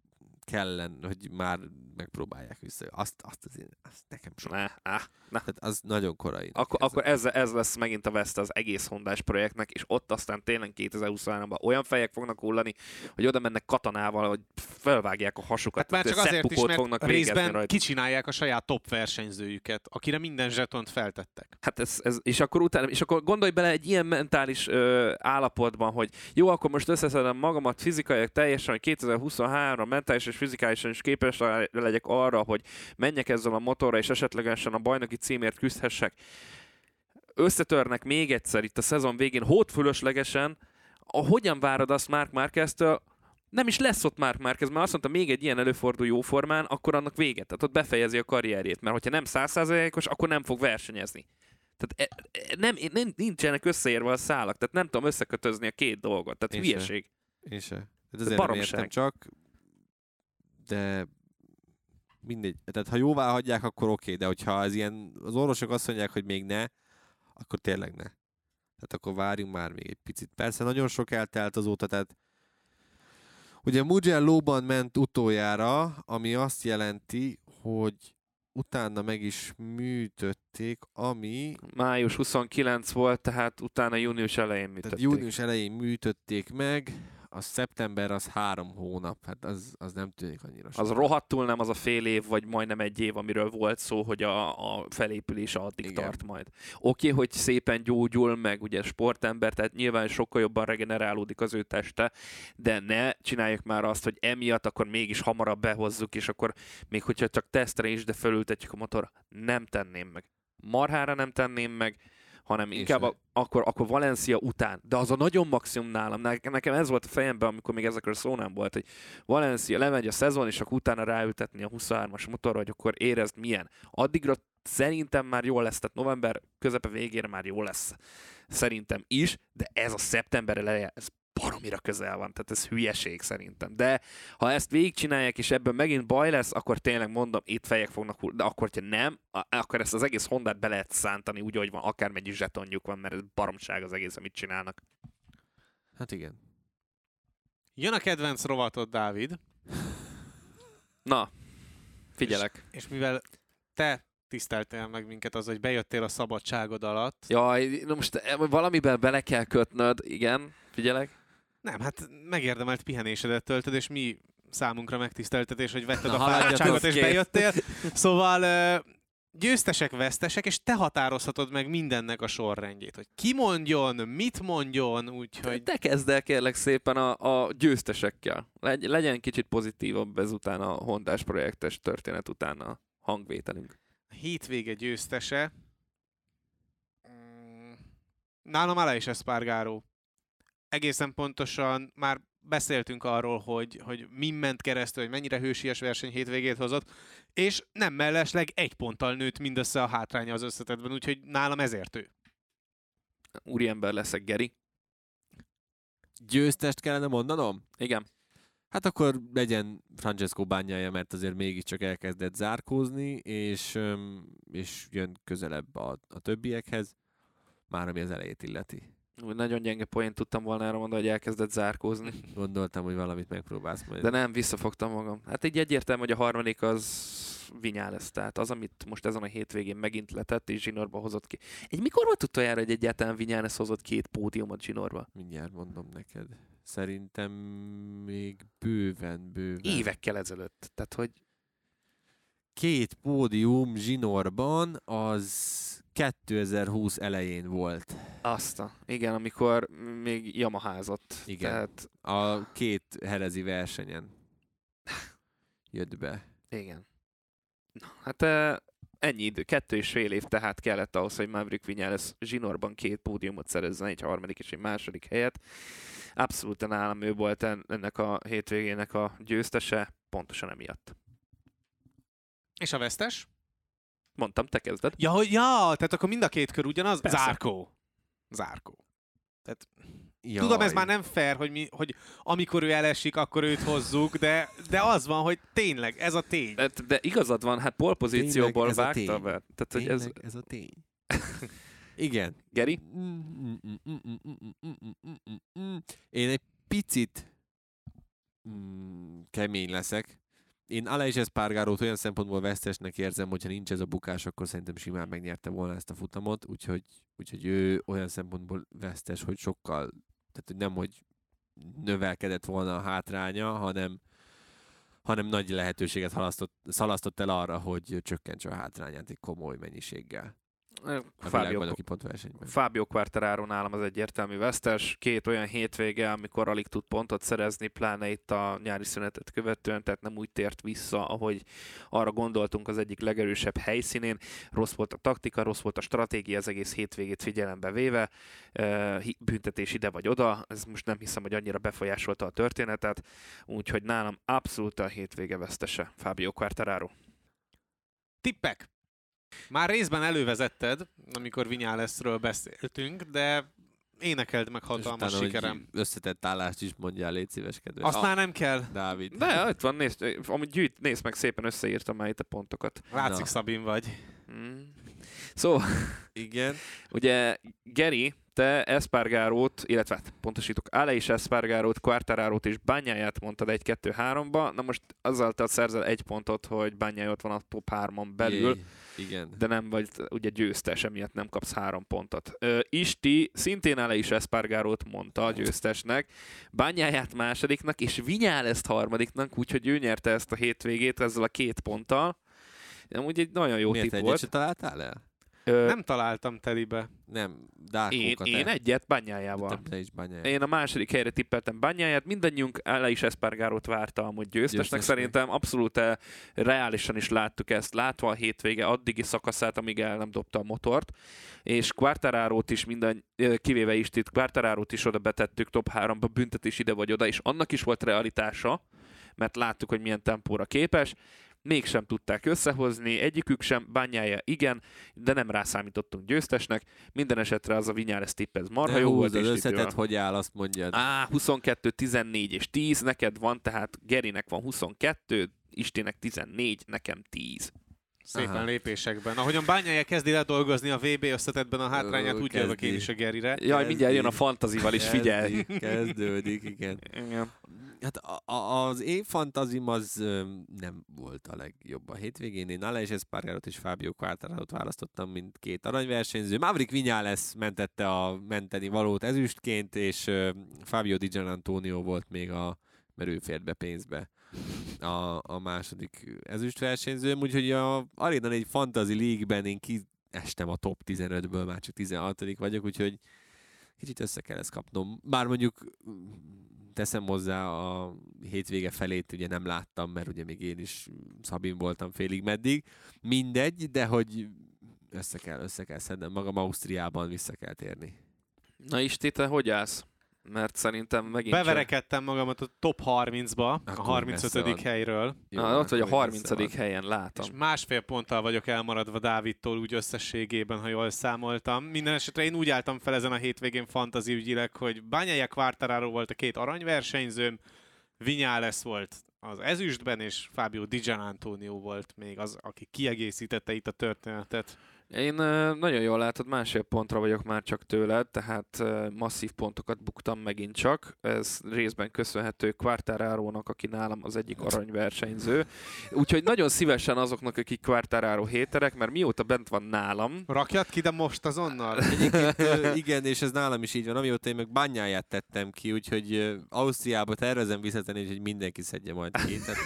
kellene, hogy már megpróbálják vissza. Azt, azt, azért, azt nekem sok. Ne, áh, ne. Tehát az nagyon korai. Akkor, akkor ez, ez lesz megint a veszte az egész Hondás projektnek, és ott aztán tényleg kétezer-huszonháromban olyan fejek fognak hullani, hogy oda mennek katonával, hogy felvágják a hasukat. Hát már csak azért is, mert fognak részben rajta. kicsinálják a saját top versenyzőjüket, akire minden zsetont feltettek. Hát ez, ez, és akkor utána, és akkor gondolj bele egy ilyen mentális ö, állapotban, hogy jó, akkor most összeszedem magamat fizikailag teljesen, hogy kétezer-huszonháromra mentális és fizikálisan is képes legyek arra, hogy menjek ezzel a motorra, és esetlegesen a bajnoki címért küzdhessek. Összetörnek még egyszer itt a szezon végén, hódfülöslegesen, hogyan várod azt Marc Márqueztől? Nem is lesz ott Marc Márquez, mert azt mondta, még egy ilyen előfordul jóformán, akkor annak véget. Tehát ott befejezi a karrierjét, mert hogyha nem száz százalékos, akkor nem fog versenyezni. Tehát nem, nem, nincsenek összeérve a szálak, tehát nem tudom összekötözni a két dolgot. Tehát Én hülyeség. Se. Én se. Hát azért nem értem csak, de mindegy. Tehát ha jóvá hagyják, akkor oké, de hogyha az ilyen, az orvosok azt mondják, hogy még ne, akkor tényleg ne. Tehát akkor várjunk már még egy picit. Persze nagyon sok eltelt azóta, tehát ugye Mugello-ban ment utoljára, ami azt jelenti, hogy utána meg is műtötték, ami... május huszonkilenc volt, tehát utána június elején műtötték. Tehát június elején műtötték meg, a szeptember az három hónap, hát az, az nem tűnik annyira sok. Az rohadtul nem az a fél év, vagy majdnem egy év, amiről volt szó, hogy a, a felépülése addig Igen. tart majd. Oké, okay, hogy szépen gyógyul, meg ugye sportember, tehát nyilván sokkal jobban regenerálódik az ő teste, de ne csináljuk már azt, hogy emiatt akkor mégis hamarabb behozzuk, és akkor még hogyha csak tesztre is, de fölültetjük a motorra, nem tenném meg. Marhára nem tenném meg, hanem inkább a, akkor, akkor Valencia után. De az a nagyon maximum nálam. Nekem ez volt a fejemben, amikor még ezekről szó nem volt, hogy Valencia lemegy a szezon, és akkor utána ráültetni a huszonhármas motorra, hogy akkor érezd milyen. Addigra szerintem már jól lesz, tehát november közepe végére már jól lesz. Szerintem is, de ez a szeptember eleje, ez baromira közel van, tehát ez hülyeség szerintem. De ha ezt végigcsinálják, és ebből megint baj lesz, akkor tényleg mondom, itt fejek fognak hullani. De akkor, ha nem, akkor ezt az egész Hondát be lehet szántani úgy, hogy van, akármennyi zsetonjuk van, mert ez baromság az egész, amit csinálnak. Hát igen. Jön a kedvenc rovatod, Dávid. Na, figyelek. És, és mivel te tiszteltél meg minket az, hogy bejöttél a szabadságod alatt. Jaj, na most valamiben bele kell kötnöd, igen, figyelek. Nem, hát megérdemelt pihenésedet töltöd, és mi számunkra megtiszteltetés, hogy vetted Na, a fáradtságot és két. bejöttél. Szóval győztesek, vesztesek, és te határozhatod meg mindennek a sorrendjét, hogy ki mondjon, mit mondjon, úgyhogy... Te kezd el kérlek szépen a, a győztesekkel. Legy, legyen kicsit pozitívabb ezután a Hondás projektes történet után a hangvételünk. A hétvége győztese... Nálam Aleix Espargaró. Egészen pontosan már beszéltünk arról, hogy, hogy min ment keresztül, hogy mennyire hősies verseny hétvégét hozott, és nem mellesleg egy ponttal nőtt mindössze a hátránya az összetettben, úgyhogy nálam ezért ő. Úriember leszek, Geri. Győztest kellene mondanom? Igen. Hát akkor legyen Francesco Bagnaia, mert azért mégiscsak elkezdett zárkózni, és, öm, és jön közelebb a, a többiekhez, már ami az elejét illeti. Úgy nagyon gyenge poént tudtam volna erre mondani, hogy elkezdett zárkózni. Gondoltam, hogy valamit megpróbálsz majd. De nem, visszafogtam magam. Hát így egyértelmű, hogy a harmadik az Viñales, tehát az, amit most ezen a hétvégén megint letett, és zsinórba hozott ki. Egy mikor volt utoljára, hogy egyáltalán Viñales hozott két pódiumot zsinórba? Mindjárt mondom neked. Szerintem még bőven, bőven. Évekkel ezelőtt. Tehát, hogy Két pódium zsinórban az kétezer-húsz elején volt. azt a, igen, amikor még Yamaházott. Igen. Tehát, A két herezi versenyen jött be. igen. Na, hát eh, ennyi idő, kettő és fél év tehát kellett ahhoz, hogy Maverick Viñales zsinórban két pódiumot szerezzen, egy harmadik és egy második helyet. Abszolút nálam ő volt ennek a hétvégének a győztese, pontosan emiatt. És a vesztes? Mondtam, te kezded. Ja, hogy, ja, tehát akkor mind a két kör ugyanaz? Persze. Zárkó. Zárkó. Tehát Jaj. tudom, ez már nem fair, hogy, mi, hogy amikor ő elesik, akkor őt hozzuk, de, de az van, hogy tényleg, ez a tény. De, de igazad van, hát polpozícióból Tényleg ez a vágta tény. be. Tehát, hogy ez... Tényleg ez a tény. Igen. Geri? Én egy picit mm, kemény leszek, én Aleix Espargarót olyan szempontból vesztesnek érzem, hogyha nincs ez a bukás, akkor szerintem simán megnyerte volna ezt a futamot, úgyhogy, úgyhogy ő olyan szempontból vesztes, hogy sokkal, tehát hogy nem, hogy növelkedett volna a hátránya, hanem, hanem nagy lehetőséget halasztott, szalasztott el arra, hogy csökkentse a hátrányát egy komoly mennyiséggel. A Fábio, pontversenyben. Fábio Quartararo nálam az egyértelmű vesztes. Két olyan hétvége, amikor alig tud pontot szerezni, pláne itt a nyári szünetet követően, tehát nem úgy tért vissza, ahogy arra gondoltunk az egyik legerősebb helyszínén. Rossz volt a taktika, rossz volt a stratégia, az egész hétvégét figyelembe véve. Büntetés ide vagy oda, ez most nem hiszem, hogy annyira befolyásolta a történetet, úgyhogy nálam abszolút a hétvége vesztese Fábio Quartararo. Tippek! Már részben elővezetted, amikor Viñalesről beszéltünk, de énekeld meg hatalmas utána, sikerem. Összetett állást is mondjál, légy szíves, kedves. Azt ah, már nem kell. Dávid. De itt van, nézd, amit gyűjt, nézd meg, szépen összeírtam már itt a pontokat. Látszik, Na. Szabin vagy. Hmm. Szóval, Igen. ugye Geri, te Espargarót, illetve hát pontosítok, Aleix Espargarót, Quartararót és Bagnáját mondtad egy kettő háromba, na most azáltal szerzel egy pontot, hogy Bagnáj ott van a top hárman belül. Jé, igen. De nem vagy ugye győztes, emiatt nem kapsz három pontot. Ö, Isti szintén Aleix Espargarót mondta a győztesnek, Bagnáját másodiknak, és Viñalest harmadiknak, úgyhogy ő nyerte ezt a hétvégét ezzel a két ponttal. Amúgy egy nagyon jó Miért tipp egyet volt. se találtál el? Ö, Nem találtam telibe. Nem, én, Dákókat én egyet Bagnájával. Te is Bagnáját. Én a második helyre tippeltem Bagnáját, mindannyiunk Aleix Espargarót várta amúgy győztesnek. Győztesnek. Szerintem abszolút eh, reálisan is láttuk ezt, látva a hétvége addigi szakaszát, amíg el nem dobta a motort, és Quartararót is minden, eh, kivéve is itt, Quartararót is oda betettük top háromba, büntetés ide vagy oda, és annak is volt realitása, mert láttuk, hogy milyen tempóra képes, mégsem tudták összehozni, egyikük sem, Bagnája igen, de nem rászámítottunk győztesnek. Minden esetre az a Viñales tipp, ez marha De jó volt. húzd, az és összetett, itt hogy áll, azt mondjad. Á, huszonkettő, tizennégy és tíz, neked van, tehát Gerinek van huszonkettő, Istinek tizennégy, nekem tíz. Szépen Aha. lépésekben. Ahogyan Bagnája kezdi ledolgozni a vé bé összetettben a hátrányát, Ö, úgy jövök kezdi. én is a Gerire. Jaj, mindjárt jön a fantazival is, figyelj! Kezdi, kezdődik, igen. Igen. Hát a, a, az én fantazim az öm, nem volt a legjobb a hétvégén. Én Aleix Espargarot és Fábio Quartararot választottam, mint két aranyversenyző. Maverick Viñales mentette a menteni valót ezüstként, és öm, Fabio Di Giannantonio volt még a, mert ő fért be pénzbe a, a második ezüstversenyzőm, úgyhogy a Arena négy Fantasy League-ben én kiestem a top tizenötből, már csak tizenhatodik vagyok, úgyhogy kicsit össze kell ezt kapnom. Bár mondjuk teszem hozzá a hétvége felét, ugye nem láttam, mert ugye még én is Szabin voltam félig meddig. Mindegy, de hogy össze kell, össze kell szednem magam, Ausztriában vissza kell térni. Na Isti, te hogy állsz? Mert szerintem megint csak... Beverekedtem magamat a top harmincba, a Akkor harmincötödik messze van. helyről. Jó, Na, ott vagy a akkor harmincadik messze van. helyen, látom. És másfél ponttal vagyok elmaradva Dávidtól úgy összességében, ha jól számoltam. Minden esetre én úgy álltam fel ezen a hétvégén fantasy ügyileg, hogy Bagnája Quartararo volt a két aranyversenyzőm, Viñales volt az ezüstben, és Fabio Di Giannantonio volt még az, aki kiegészítette itt a történetet. Én ö, nagyon jól látod, másfél pontra vagyok már csak tőled, tehát ö, masszív pontokat buktam megint csak. Ez részben köszönhető Quartararónak, aki nálam az egyik aranyversenyző. Úgyhogy nagyon szívesen azoknak, akik Quartararo héterek, mert mióta bent van nálam, Rakjad ki, de most azonnal? Egyébként ö, igen, és ez nálam is így van. Amióta én meg Bagnáját tettem ki, úgyhogy ö, Ausztriába tervezem visszatenni, hogy mindenki szedje majd ki. Tehát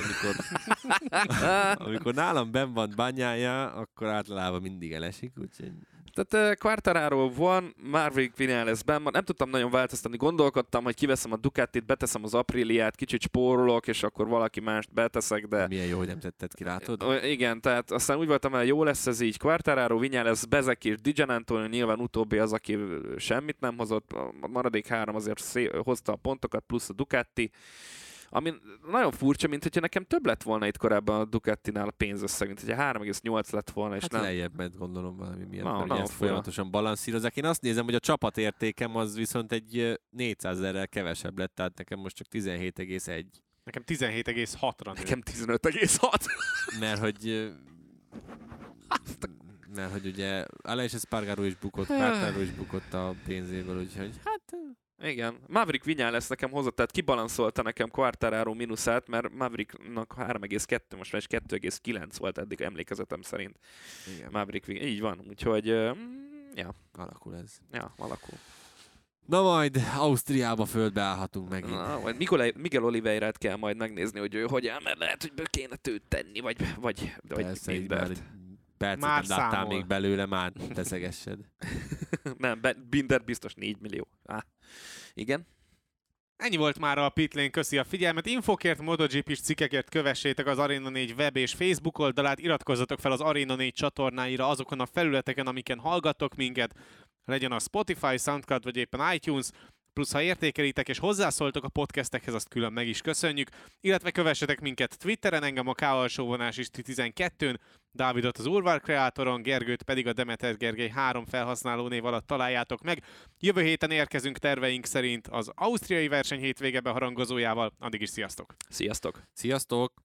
amikor, amikor nálam benn van Bagnája, akkor általában mindig elesik, úgyhogy... tehát uh, Quartararo van, Maverick Viñales benn van, nem tudtam nagyon változtatni, gondolkodtam, hogy kiveszem a Ducatit, beteszem az Apriliát, kicsit spórolok, és akkor valaki mást beteszek, de... Milyen jó, hogy nem tetted ki, látod? Ö, Igen, tehát aztán úgy voltam, hogy jó lesz ez így, Quartararo, Viñales, Bezek és Di Giannantonio, nyilván utóbbi az, aki semmit nem hozott, a maradék három azért szé- hozta a pontokat, plusz a Ducati, ami nagyon furcsa, mint hogyha nekem több lett volna itt korábban a Ducatinál a pénzösszeg, mint hogyha három egész nyolc lett volna, és Hát nem... lejjebb ment, gondolom valami miatt, Na, mert na, ugye ezt fura. folyamatosan balanszírozzák. Én azt nézem, hogy a csapatértékem az viszont egy négyszázezerrel kevesebb lett, tehát nekem most csak tizenhét egész egy. Nekem tizenhét egész hatra nő. Nekem tizenöt egész hat. Mert hogy... ö, Mert hogy ugye Aleix Espargaró is bukott, Quartararo is bukott a pénzéből, úgyhogy hát Igen. Maverick Viñales nekem hozott, tehát kibalanszolta nekem Quartararo mínuszát, mert Mavericknak három egész kettő most már is kettő egész kilenc volt eddig emlékezetem szerint. Igen. Maverick Viñales. Így van, úgyhogy uh, ja. Alakul ez. Ja, alakul. Na majd Ausztriába földbe állhatunk megint. Na, majd Miguel, Miguel Oliveirát kell majd megnézni, hogy ő hogy áll, mert lehet, hogy be kéne tőt tenni, vagy, vagy, vagy Persze, így Bindert. már percet Már nem láttál számol. még belőle, már teszegessed. Nem, Binder biztos négy millió. Á, igen. Ennyi volt már a Pitlane, köszi a figyelmet. Infokért, MotoGP-s cikkekért kövessétek az Arena négy web és Facebook oldalát, iratkozzatok fel az Arena négy csatornáira azokon a felületeken, amiken hallgattok minket, legyen a Spotify, Soundcloud vagy éppen iTunes, plusz ha értékelitek és hozzászóltok a podcastekhez, azt külön meg is köszönjük, illetve kövessetek minket Twitteren, engem a K alsóvonás is tizenkettőn, Dávidot az Urvar Kreátoron, Gergőt pedig a Demeter Gergely három felhasználó név alatt találjátok meg. Jövő héten érkezünk terveink szerint az ausztriai verseny hétvége beharangozójával, addig is sziasztok! Sziasztok! Sziasztok!